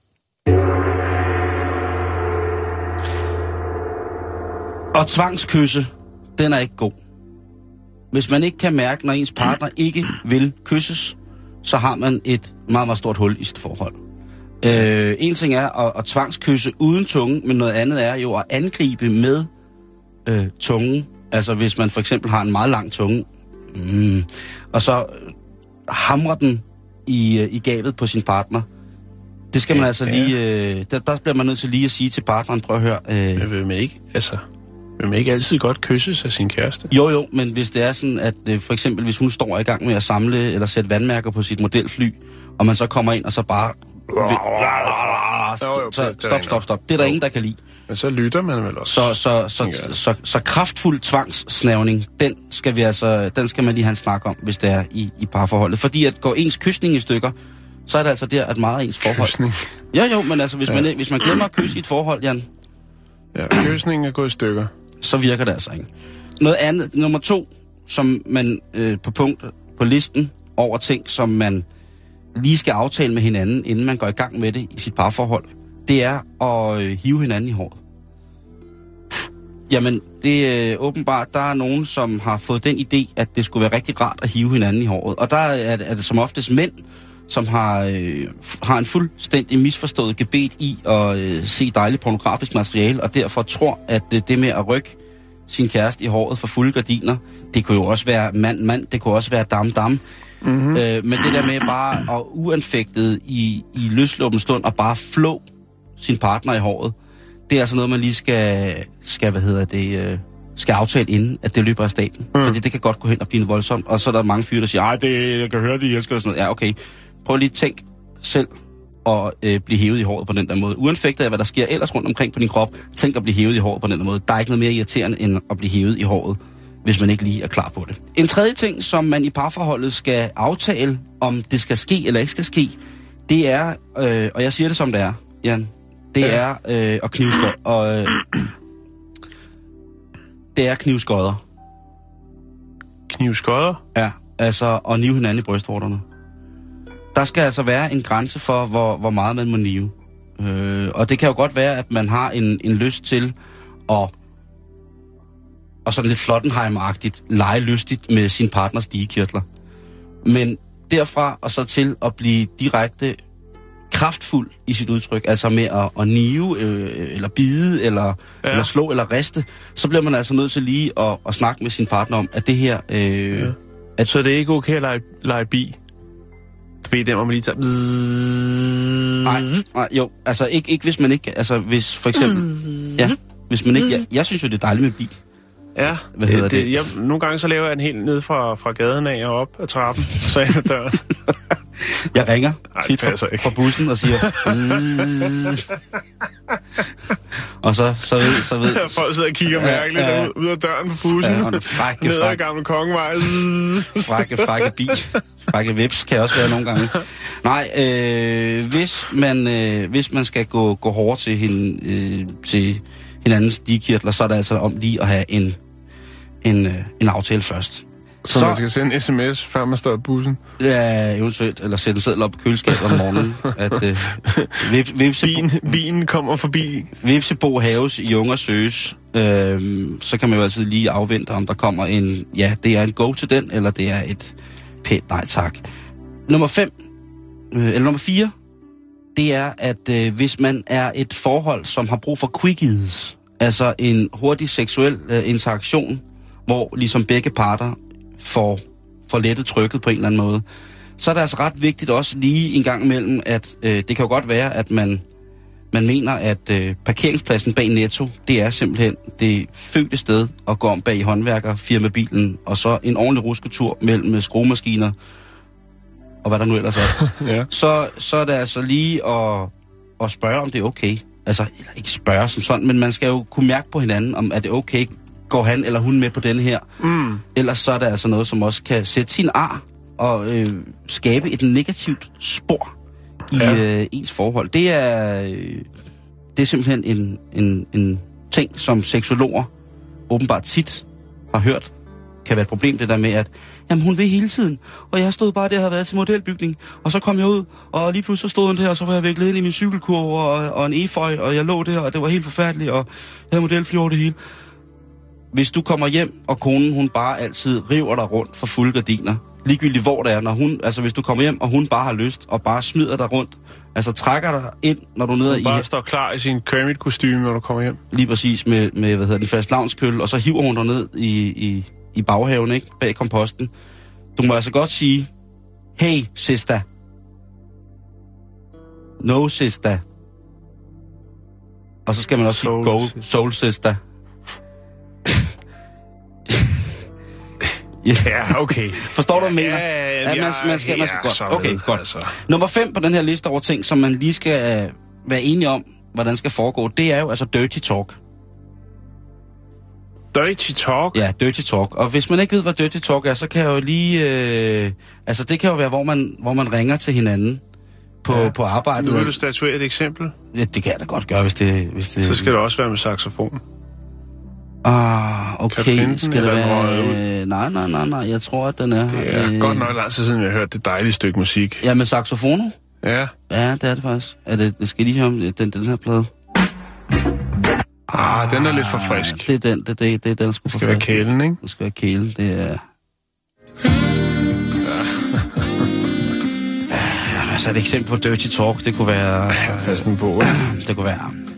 Og tvangskysse, den er ikke god. Hvis man ikke kan mærke, når ens partner ikke vil kysses, så har man et meget, meget stort hul i sit forhold. En ting er at tvangskysse uden tunge, men noget andet er jo at angribe med tungen. Altså hvis man for eksempel har en meget lang tunge, og så hamrer den i gabet på sin partner. Det skal man altså lige... Der bliver man nødt til lige at sige til partneren, prøv at høre... Vil man ikke altid godt kysses af sin kæreste? Jo, men hvis det er sådan, at for eksempel hvis hun står i gang med at samle eller sætte vandmærker på sit modelfly, og man så kommer ind og så bare... Stop. Det er der ingen, der kan lide. Men så lytter man vel også. Så kraftfuld tvangssnævning, den skal man lige have en snak om, hvis det er i parforholdet. Fordi at går ens kysning i stykker, så er det altså der, at meget af ens forhold... Kysning? Jo, men altså hvis man glemmer at kysse i et forhold, Jan... Ja, kysningen er gået i stykker. Så virker det altså ikke. Noget andet, nummer 2, som man på listen over ting, som man lige skal aftale med hinanden, inden man går i gang med det i sit parforhold, det er at hive hinanden i håret. Jamen, det er åbenbart, der er nogen, som har fået den idé, at det skulle være rigtig rart at hive hinanden i håret. Og der er det som oftest mænd, som har en fuldstændig misforstået gebet i at se dejligt pornografisk materiale, og derfor tror, at det med at rykke sin kæreste i håret for fulde gardiner, det kunne jo også være mand, det kunne også være dam. Mm-hmm. Men det der med bare at uanfægtet i løsluppen stund og bare flå sin partner i håret, det er altså noget, man lige skal aftale inden, at det løber af staten. Fordi det kan godt gå hen og blive voldsomt, og så er der mange fyre, der siger, jeg kan høre det, jeg elsker det, sådan noget. Ja, okay. Prøv lige at tænk selv at blive hævet i håret på den der måde. Uanfægtet af, hvad der sker ellers rundt omkring på din krop, tænk at blive hævet i håret på den der måde. Der er ikke noget mere irriterende, end at blive hævet i håret, hvis man ikke lige er klar på det. En tredje ting, som man i parforholdet skal aftale, om det skal ske eller ikke skal ske, det er, og jeg siger det som det er, Jan, det er at knivskodder. Det er knivskodder. Knivskodder? Ja, altså at nive hinanden i brystvorterne. Der skal altså være en grænse for, hvor meget man må nive. Og det kan jo godt være, at man har en lyst til at og sådan lidt Flottenheim-agtigt lege lystigt med sin partners digekirtler. Men derfra og så til at blive direkte kraftfuld i sit udtryk, altså med at nive, eller bide, eller slå, eller riste, så bliver man altså nødt til lige at snakke med sin partner om, at det her, Så det er ikke okay at lege bi? Du ved, den hvor man lige tager... Nej, jo, altså ikke hvis man ikke... Altså hvis for eksempel... Ja, hvis man ikke... Jeg synes jo, det er dejligt med bi. Ja, hvad hedder det? Nogle gange så laver jeg en helt ned fra gaden af og op ad trappen, så ind ad døren. Jeg ringer tit fra bussen og siger... og så ved... Folk sidder og kigger mærkeligt ud af døren på bussen. Ja, ned ad Gamle Kongevej. Frække bi. Frække vips kan også være nogle gange. Nej, hvis man skal gå hårdt til hinandens digekirtler, så er det altså om lige at have en aftale først. Så man skal sende en sms, før man står i bussen? Ja, eventuelt. Eller sætte en seddel op på køleskabet om morgenen. At bilen kommer forbi. Vipsebo haves i unger søges. Så kan man jo altid lige afvente, om der kommer en... Ja, det er en go til den, eller det er et pænt nej tak. Nummer 4, det er, at hvis man er et forhold, som har brug for quickies, altså en hurtig seksuel interaktion, hvor ligesom begge parter får lettet trykket på en eller anden måde, så er det altså ret vigtigt også lige en gang imellem, at det kan jo godt være, at man mener, at parkeringspladsen bag Netto, det er simpelthen det fødte sted at gå om bag håndværkerfirmabilen, og så en ordentlig rusketur mellem skruemaskiner, og hvad der nu ellers er. Ja. Så er det altså lige at spørge, om det er okay. Altså, eller ikke spørge som sådan, men man skal jo kunne mærke på hinanden, om er det okay, går han eller hun med på denne her. Ellers så er der altså noget, som også kan sætte sin ar og skabe et negativt spor i ens forhold. Det er simpelthen en ting, som seksologer åbenbart tit har hørt, kan være et problem, det der med, at jamen, hun vil hele tiden, og jeg stod bare der og havde været til modelbygning, og så kom jeg ud, og lige pludselig så stod hun der, og så var jeg viklet ind i min cykelkurv og en eføj, og jeg lå der, og det var helt forfærdeligt, og jeg havde modelfly over det hele. Hvis du kommer hjem, og konen, hun bare altid river dig rundt for fulde gardiner, ligegyldigt hvor det er, når hun, altså hvis du kommer hjem, og hun bare har lyst, og bare smider dig rundt, altså trækker dig ind, når du er nede i... bare står klar i sin Kermit-kostyme, når du kommer hjem. Lige præcis med den fast lavnskølle, og så hiver hun dig ned i baghaven, ikke? Bag komposten. Du må altså godt sige, hey, sister. No, sister. Og så skal man også sige, go, soul, sister. Ja, okay. Forstår du, hvad jeg mener? Ja, man skal godt. Okay, godt. Altså. Nummer 5 på den her liste over ting, som man lige skal være enige om, hvordan skal foregå, det er jo altså dirty talk. Dirty talk? Ja, dirty talk. Og hvis man ikke ved, hvad dirty talk er, så kan jeg jo lige... altså, det kan jo være, hvor man ringer til hinanden på arbejdet. Nu vil du statuere et eksempel? Ja, det kan jeg da godt gøre, hvis det... Så skal det også være med saxofon. Okay. Kan den, skal det være... Nej, jeg tror, at den er... Det er godt nok lang tid siden, vi har hørt det dejlige stykke musik. Ja, med saxofoner? Ja. Ja, det er det faktisk. Skal I lige høre om den her plade? Den er lidt for frisk. Det er den sgu for frisk. Det skal være kælen, ikke? Det skal være kælen, det er... Altså et eksempel på dirty talk, det kunne være... Pas den på. Det kunne være...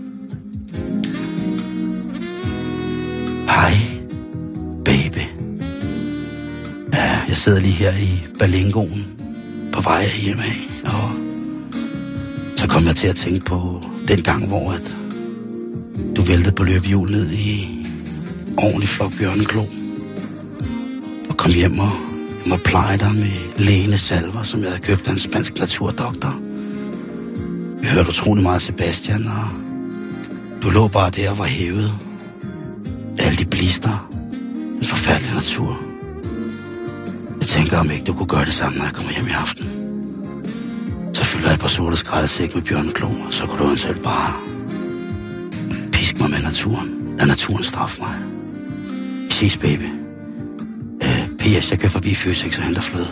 Hej, baby. Ja, jeg sidder lige her i Berlingoen på vej hjemme af, og så kom jeg til at tænke på den gang, hvor at du væltede på løbehjul ned i ordentlig flok bjørneklo og kom hjem og jeg må pleje dig med lægende salver, som jeg havde købt af en spansk naturdoktor. Vi hørte utrolig meget Sebastian, og du lå bare der og var hævet. Alle de blister. En forfærdelig natur. Jeg tænker, om ikke du kunne gøre det samme, når jeg kommer hjem i aften. Så fylder jeg et par sorte skraldesæk med bjørneklo, og så kunne du eventuelt bare piske mig med naturen. Lad naturen straffe mig. Vi ses, baby. P.S. Jeg kører forbi Føtex og henter fløde.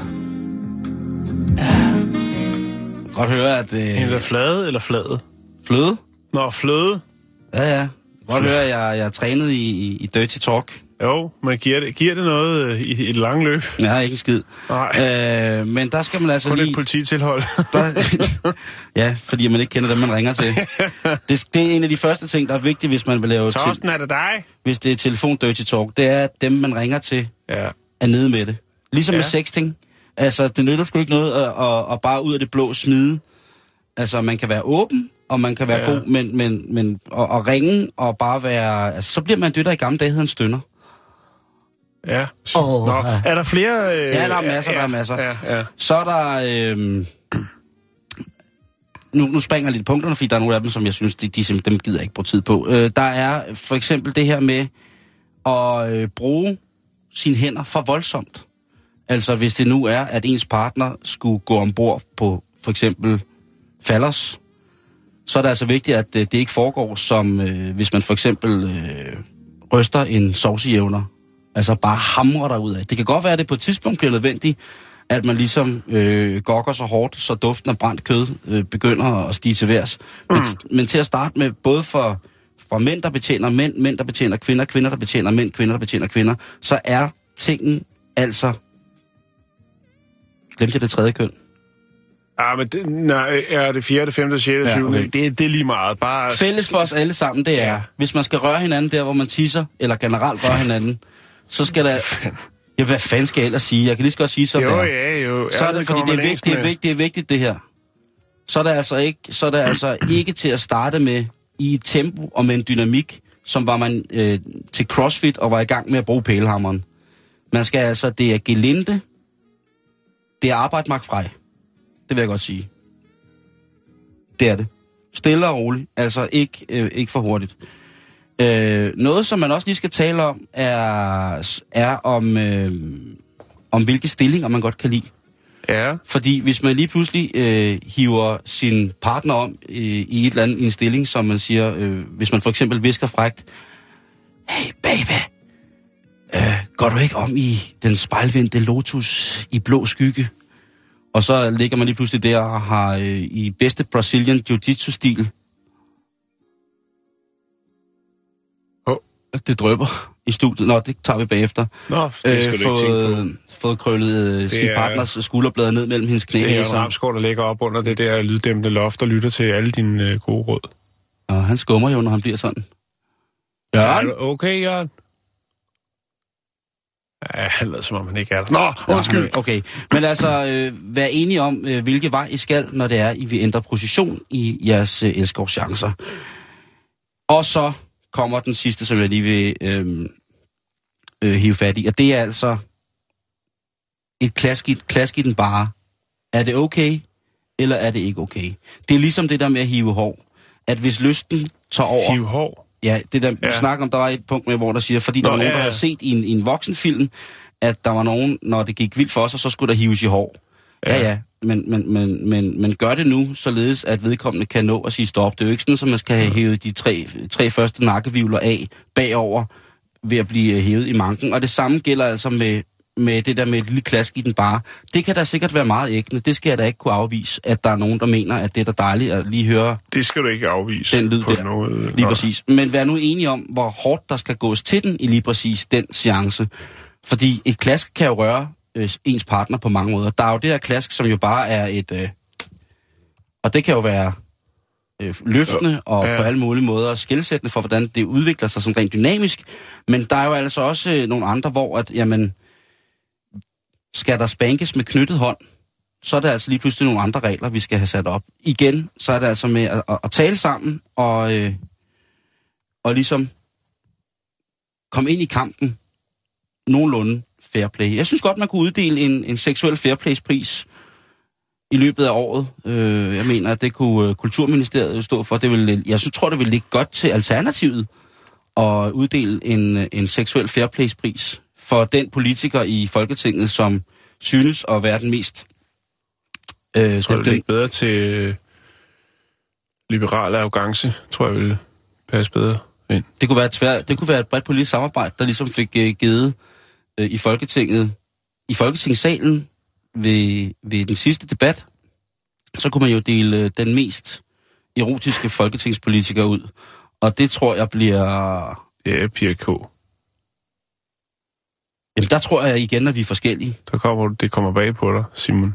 Godt høre, at... Henter flade eller flade? Fløde? Nå, fløde. Ja. Godt høre, at jeg er trænet i dirty talk. Jo, men giver det noget i et langt løb? Ja, ikke en skid. Nej. Men der skal man altså kun lige... et polititilhold. Ja, fordi man ikke kender dem, man ringer til. Det er en af de første ting, der er vigtigt, hvis man vil lave... Torsten, er det dig? Hvis det er telefon dirty talk, det er, at dem, man ringer til, er nede med det. Ligesom med sexting. Altså, det nytter sgu ikke noget at bare ud af det blå smide. Altså, man kan være åben, og man kan være god, men og ringe og bare være... Altså, så bliver man det, der i gamle dage hedder en stønner. Ja. Nå, er der flere? Ja, der er masser, Ja. Så er der... Nu springer jeg lidt punkterne, fordi der er nogle af dem, som jeg synes, de simpelthen gider ikke bruge tid på. Der er for eksempel det her med at bruge sine hænder for voldsomt. Altså, hvis det nu er, at ens partner skulle gå ombord på for eksempel fallers, så er det altså vigtigt, at det ikke foregår som, hvis man for eksempel ryster en sovsejævner. Altså bare hamrer derud af. Det kan godt være, at det på et tidspunkt bliver nødvendigt, at man ligesom gokker så hårdt, så duften af brændt kød begynder at stige til værs. Men til at starte med, både for mænd, der betjener mænd, mænd, der betjener kvinder, kvinder, der betjener mænd, kvinder, der betjener kvinder, så er tingen altså... Glemte jeg det tredje køn? Men er det 4., 5., 6., 7. Okay. Det er lige meget. Bare... Fælles for os alle sammen, det er, hvis man skal røre hinanden der, hvor man tisser, eller generelt røre hinanden, så skal der... Ja, hvad fanden skal jeg ellers sige? Jeg kan lige så godt sige, så Jo. Så er det, fordi det er vigtigt, det her. Så er det altså ikke til at starte med i et tempo og med en dynamik, som var man til CrossFit og var i gang med at bruge pælehammeren. Man skal altså, det er gelinde, det er arbejdsmarkfrej. Det vil jeg godt sige. Det er det. Stille og roligt, altså ikke for hurtigt. Noget, som man også lige skal tale om, er om hvilke stillinger man godt kan lide. Ja. Fordi hvis man lige pludselig hiver sin partner om i et eller andet i en stilling, som man siger, hvis man for eksempel visker frækt, hey baby, går du ikke om i den spejlvendte Lotus i blå skygge? Og så ligger man lige pludselig der og har i bedste Brazilian Jiu-Jitsu-stil. Det drypper i studiet. Nå, det tager vi bagefter. Nå, det skal du ikke tænke på. Fået krøllet sin partners skulderblade ned mellem hendes knæ. Det er en Ramsgaard, der ligger op under det der lyddæmpende loft og lytter til alle dine gode råd. Og han skummer jo, når han bliver sådan. Jørgen? Ja, okay, Jørgen? Ja, han lader som om han ikke er der. Nå, undskyld. Okay, men altså, vær enige om, hvilke vej I skal, når det er, I vil ændre position i jeres elskovschancer. Og så kommer den sidste, som jeg lige vil hive fat i, og det er altså et klask i den bare. Er det okay, eller er det ikke okay? Det er ligesom det der med at hive hår. At hvis lysten tager over... Hive hår? Ja, det der, vi snakker om, der var et punkt med, hvor der siger, fordi der var nogen, der havde set i en voksenfilm, at der var nogen, når det gik vildt for sig, så skulle der hives i hår. Ja, men gør det nu, således at vedkommende kan nå at sige stop. Det er jo ikke sådan, at man skal have hævet de tre første nakkevivler af bagover ved at blive hævet i manken. Og det samme gælder altså med det der med et lille klask i den bare. Det kan da sikkert være meget ægtende. Det skal jeg da ikke kunne afvise, at der er nogen, der mener, at det er da dejligt at lige høre... Det skal du ikke afvise. Den lyd der. Noget, lige præcis. Men vær nu enige om, hvor hårdt der skal gås til den i lige præcis den seance. Fordi et klask kan jo røre ens partner på mange måder. Der er jo det der klask, som jo bare er et... og det kan jo være løftende og på alle mulige måder skelsættende for, hvordan det udvikler sig som rent dynamisk. Men der er jo altså også nogle andre, hvor at, jamen, skal der spankes med knyttet hånd, så er der altså lige pludselig nogle andre regler, vi skal have sat op. Igen, så er det altså med at tale sammen og ligesom komme ind i kampen nogenlunde fair play. Jeg synes godt, man kunne uddele en seksuel fairplays-pris i løbet af året. Jeg mener, at det kunne Kulturministeriet stå for. Jeg tror, det ville ligge godt til Alternativet at uddele en seksuel fairplays-pris for den politiker i Folketinget, som synes at være den mest... Jeg tror, det ligger bedre til liberal arrogance, tror jeg ville passe bedre ind. Det kunne være et bredt politisk samarbejde, der ligesom fik givet i Folketinget, i Folketingssalen ved den sidste debat, så kunne man jo dele den mest erotiske folketingspolitiker ud. Og det tror jeg bliver... Ja, Pia K. Jamen, der tror jeg igen, at vi er forskellige. Det kommer bag på dig, Simon.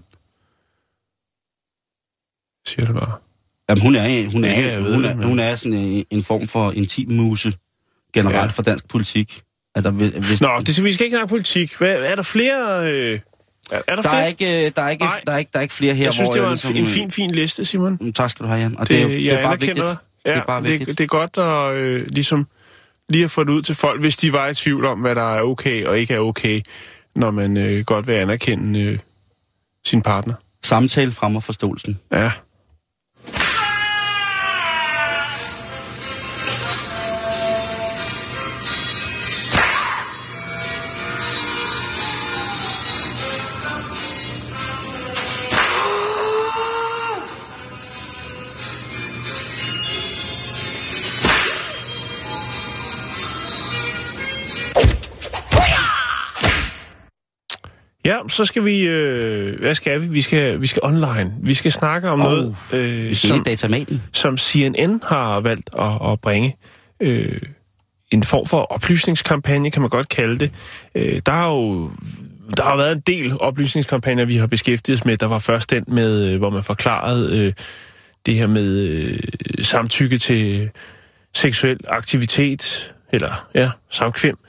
Siger det bare. Jamen, hun er sådan en form for intim muse generelt for dansk politik. Altså, hvis... Nå, vi skal ikke snakke politik. Er der flere... Er der flere? Der er ikke flere her, jeg synes, hvor... det var en fin liste, Simon. Tak skal du have, Jan. Og det er bare vigtigt. Ja, det er bare vigtigt. Det er godt at ligesom lige at få det ud til folk, hvis de var i tvivl om, hvad der er okay og ikke er okay, når man godt vil anerkende sin partner. Samtale fremmer forståelsen. Ja. Ja, så skal vi... hvad skal vi? Vi skal online. Vi skal snakke om noget, som CNN har valgt at bringe. En form for oplysningskampagne, kan man godt kalde det. Der har været en del oplysningskampagner, vi har beskæftiget os med. Der var først den med, hvor man forklarede det her med samtykke til seksuel aktivitet, eller samkvem.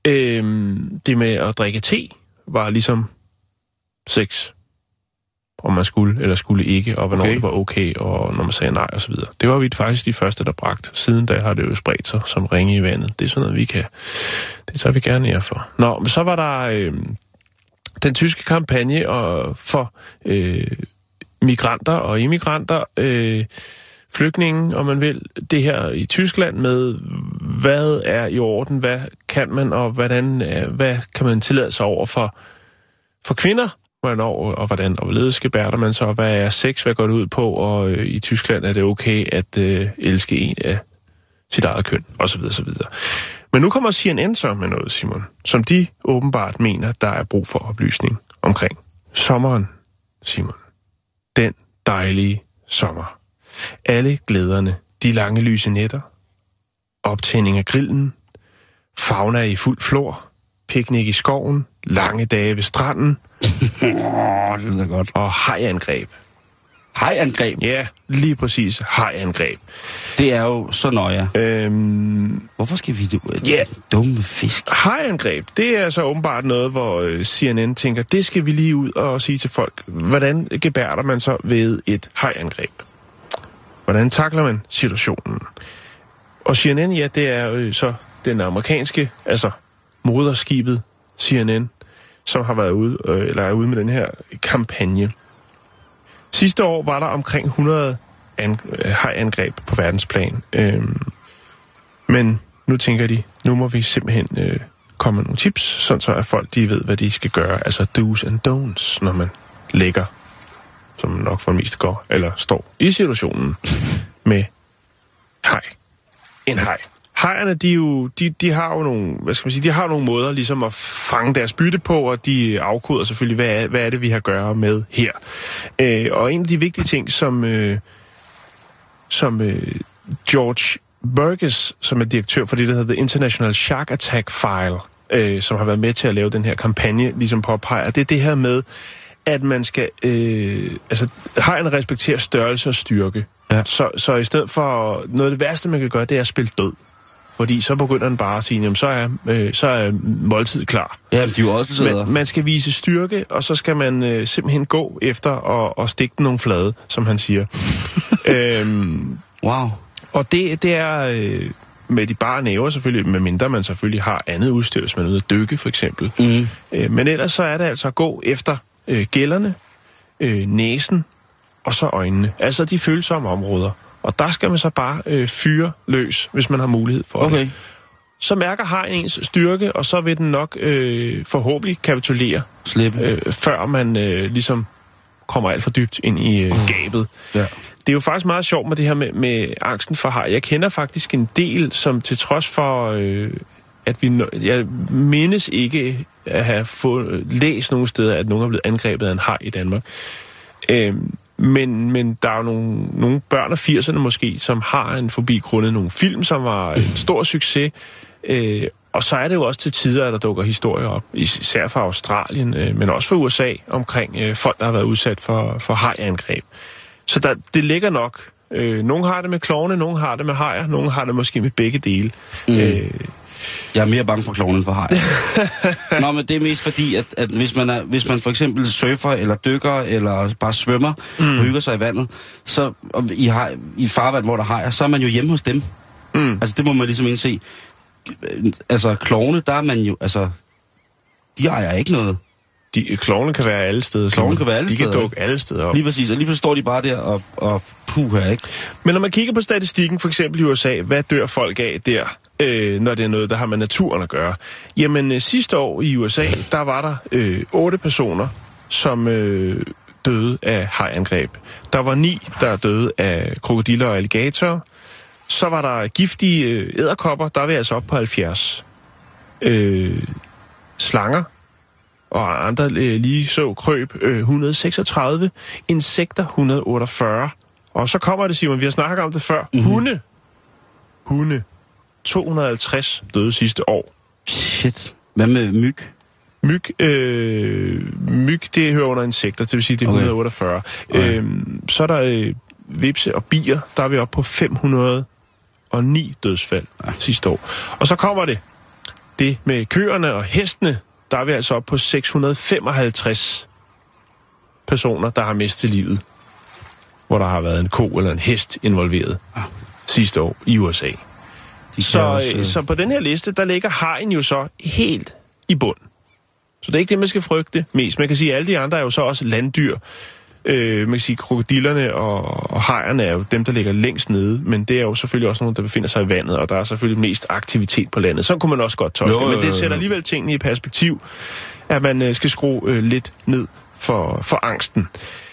Det med at drikke te var ligesom sex, om man skulle eller skulle ikke, og hvornår det var okay, og når man sagde nej og så videre. Det var vi faktisk de første, der bragte. Siden da har det jo spredt sig som ringe i vandet. Det er sådan noget, det tager vi gerne her for. Nå, men så var der den tyske kampagne for migranter og immigranter, flygtninge, om man vil, det her i Tyskland med, hvad er i orden, hvad kan man, og hvad kan man tillade sig over for kvinder, hvornår og hvordan, og hvorledes gebærder man så, hvad er sex, hvad går det ud på, og i Tyskland er det okay at elske en af sit eget køn, osv. osv. Men nu kommer CNN så med noget, Simon, som de åbenbart mener, der er brug for oplysning omkring. Sommeren, Simon. Den dejlige sommer. Alle glæderne, de lange lyse nætter, optænding af grillen, fauna i fuld flor, piknik i skoven, lange dage ved stranden, det er godt. Og hajangreb. Hajangreb? Ja, lige præcis. Hajangreb. Det er jo så nøje. Hvorfor skal vi det? Ja. Dumme fisk. Hajangreb, det er så åbenbart noget, hvor CNN tænker, det skal vi lige ud og sige til folk. Hvordan gebærder man så ved et hajangreb? Hvordan takler man situationen? Og CNN, ja, det er jo så den amerikanske, altså moderskibet CNN, som har været ude, eller er ude med den her kampagne. Sidste år var der omkring 100 hajangreb på verdensplan. Men nu tænker de, nu må vi simpelthen komme med nogle tips, sådan så at folk de ved, hvad de skal gøre. Altså do's and don'ts, når man lægger, som nok for det meste går, eller står i situationen med haj. En haj. Hajerne, de har jo nogle, hvad skal man sige, de har nogle måder ligesom at fange deres bytte på, og de afkoder selvfølgelig, hvad er det, vi har at gøre med her. Og en af de vigtige ting, som George Burgess, som er direktør for det, der hedder The International Shark Attack File, som har været med til at lave den her kampagne, ligesom påpeger, det er det her med, at man skal, hajerne respekterer størrelse og styrke. Ja. Så i stedet for, noget af det værste, man kan gøre, det er at spille død. Fordi så begynder den bare at sige, jamen, så er måltid klar. Ja, de er jo også sidder. Man skal vise styrke, og så skal man simpelthen gå efter og stikke den nogle flade, som han siger. Wow. Og det er med de bare næver selvfølgelig, medmindre man selvfølgelig har andet udstyr, hvis man er ude at dykke for eksempel. Men ellers så er det altså at gå efter gællerne, næsen og så øjnene. Altså de følsomme områder. Og der skal man så bare fyre løs, hvis man har mulighed for det. Så mærker hajen ens styrke, og så vil den nok forhåbentlig kapitulere. Slippe. Før man ligesom kommer alt for dybt ind i gabet. Ja. Det er jo faktisk meget sjovt med det her med angsten for haj. Jeg kender faktisk en del, som til trods for, at jeg mindes ikke at have læst nogle steder, at nogen er blevet angrebet af en haj i Danmark. Men der er jo nogle børn af 80'erne måske, som har en fobi grundet nogle film, som var en stor succes. Og så er det jo også til tider, at der dukker historier op, især fra Australien, men også fra USA, omkring folk, der har været udsat for hajangreb. Så det ligger nok. Nogle har det med klovne, nogle har det med hajer, nogle har det måske med begge dele. Jeg er mere bange for klovnen for hajer. Nå, men det er mest fordi, at hvis man for eksempel surfer, eller dykker, eller bare svømmer, og hygger sig i vandet, så i farvand, hvor der hajer, så er man jo hjemme hos dem. Altså, det må man ligesom indse. Altså, klovne, der er man jo, altså, de ejer ikke noget. Klovne kan være alle steder. Klovne kan være alle steder. De kan dukke alle steder op. Lige præcis, og lige pludselig står de bare der og puh her, ikke? Men når man kigger på statistikken, for eksempel i USA, hvad dør folk af der, når det er noget, der har med naturen at gøre? Jamen, sidste år i USA, der var der 8 personer, som døde af hajangreb. Der var 9, der døde af krokodiller og alligatorer. Så var der giftige edderkopper, der er vi altså op på 70. Slanger og andre lige så krøb 136. Insekter 148. Og så kommer det, Simon, vi har snakket om det før. Hunde. 250 døde sidste år. Shit. Hvad med myg? Myg, det hører under insekter, det vil sige, det er 148. Okay. Så er der vipse og bier, der er vi oppe på 509 dødsfald sidste år. Og så kommer det med køerne og hestene, der er vi altså oppe på 655 personer, der har mistet livet, hvor der har været en ko eller en hest involveret sidste år i USA. Så på den her liste, der ligger hajen jo så helt i bund. Så det er ikke det, man skal frygte mest. Man kan sige, at alle de andre er jo så også landdyr. Man kan sige, krokodillerne og hajerne er jo dem, der ligger længst nede, men det er jo selvfølgelig også nogen, der befinder sig i vandet, og der er selvfølgelig mest aktivitet på landet. Så kunne man også godt tolke, men det sætter alligevel tingene i perspektiv, at man skal skrue lidt ned for angsten.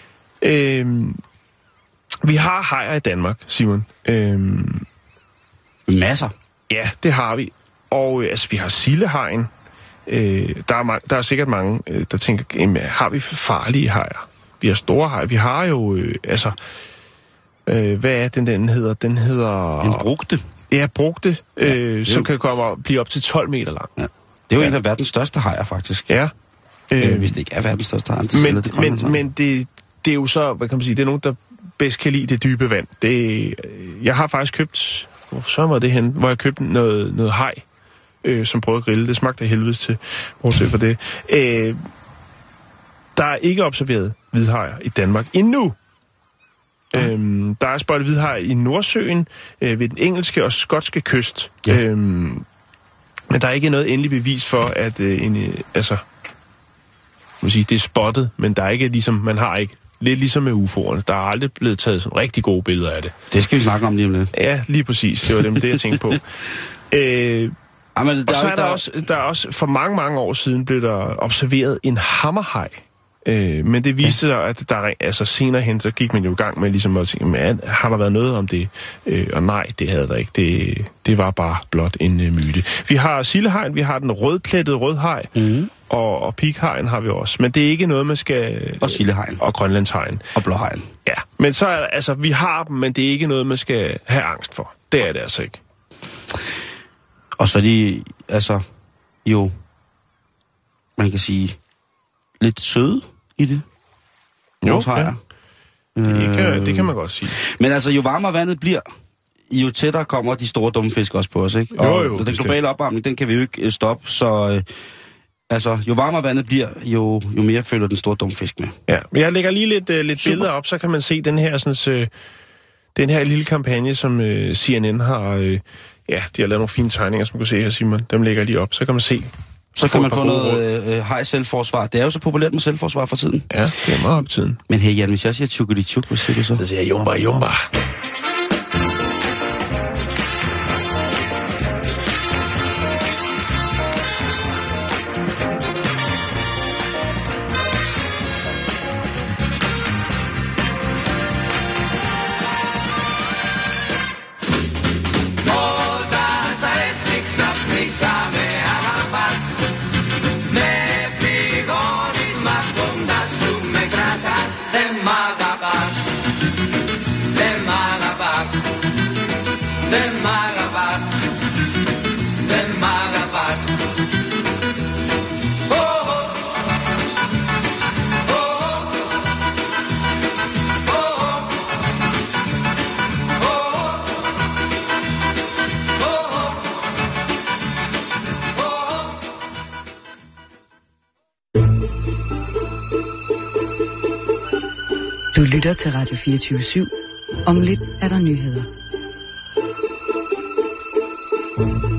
Vi har hajer i Danmark, Simon. Masser. Ja, det har vi. Og altså, vi har sildehajen. Der er sikkert mange, der tænker, har vi farlige hajer? Vi har store hajer. Vi har jo, hvad er den hedder? Den hedder... En brugte. Ja, brugte, som kan blive op til 12 meter lang. Ja. Det er jo en af verdens største hajer, faktisk. Ja. Hvis det ikke er verdens største hajer. Men det er jo så, hvad kan man sige, det er nogen, der bedst kan lide det dybe vand. Jeg har faktisk købt, så var det hen, hvor jeg købte noget haj, som prøvede at grille. Det smagte af helvedes til, bortset for det. Der er ikke observeret hvidhajer i Danmark endnu. Der er spottet hvidhajer i Nordsøen, ved den engelske og skotske kyst. Ja. Men der er ikke noget endeligt bevis for, at det er spottet, men der er ikke ligesom, man har ikke, lidt ligesom med UFO'erne. Der er aldrig blevet taget sådan rigtig gode billeder af det. Det skal vi snakke om lige om lidt. Ja, lige præcis. Det var det jeg tænkte på. Og så er der også for mange år siden blev der observeret en hammerhaj. Men det viste sig, at der senere hen, så gik man jo i gang med ligesom at tænke, har der været noget om det? Og nej, det havde der ikke. Det var bare blot en myte. Vi har sildehajen, vi har den rødplettede rødhaj, og pighajen har vi også. Men det er ikke noget, man skal... Og sildehajen. Og grønlandshajen. Og blåhajen. Ja, men så er der, vi har dem, men det er ikke noget, man skal have angst for. Det er det altså ikke. Og så er de, jo, man kan sige, lidt søde i det. Jo, ja. Det kan man godt sige. Men jo varmere vandet bliver, jo tættere kommer de store dumme fisk også på os, ikke? Og den globale opvarmning, den kan vi jo ikke stoppe, så jo varmere vandet bliver, jo mere følger den store dumme fisk med. Ja, men jeg lægger lige lidt billeder op, så kan man se den her, den her lille kampagne, som CNN har... de har lavet nogle fine tegninger, som du kan se her, Simon. Dem lægger jeg lige op, så kan man se... Så kan man få noget haj-selvforsvar. Det er jo så populært med selvforsvar for tiden. Ja, det er meget op tiden. Men hey Jan, hvis jeg siger tjukkeli-tjuk, hvad siger du så? Så siger jeg jumba. De Malagas, Du lytter til Radio 24/7. Om lidt er der nyheder.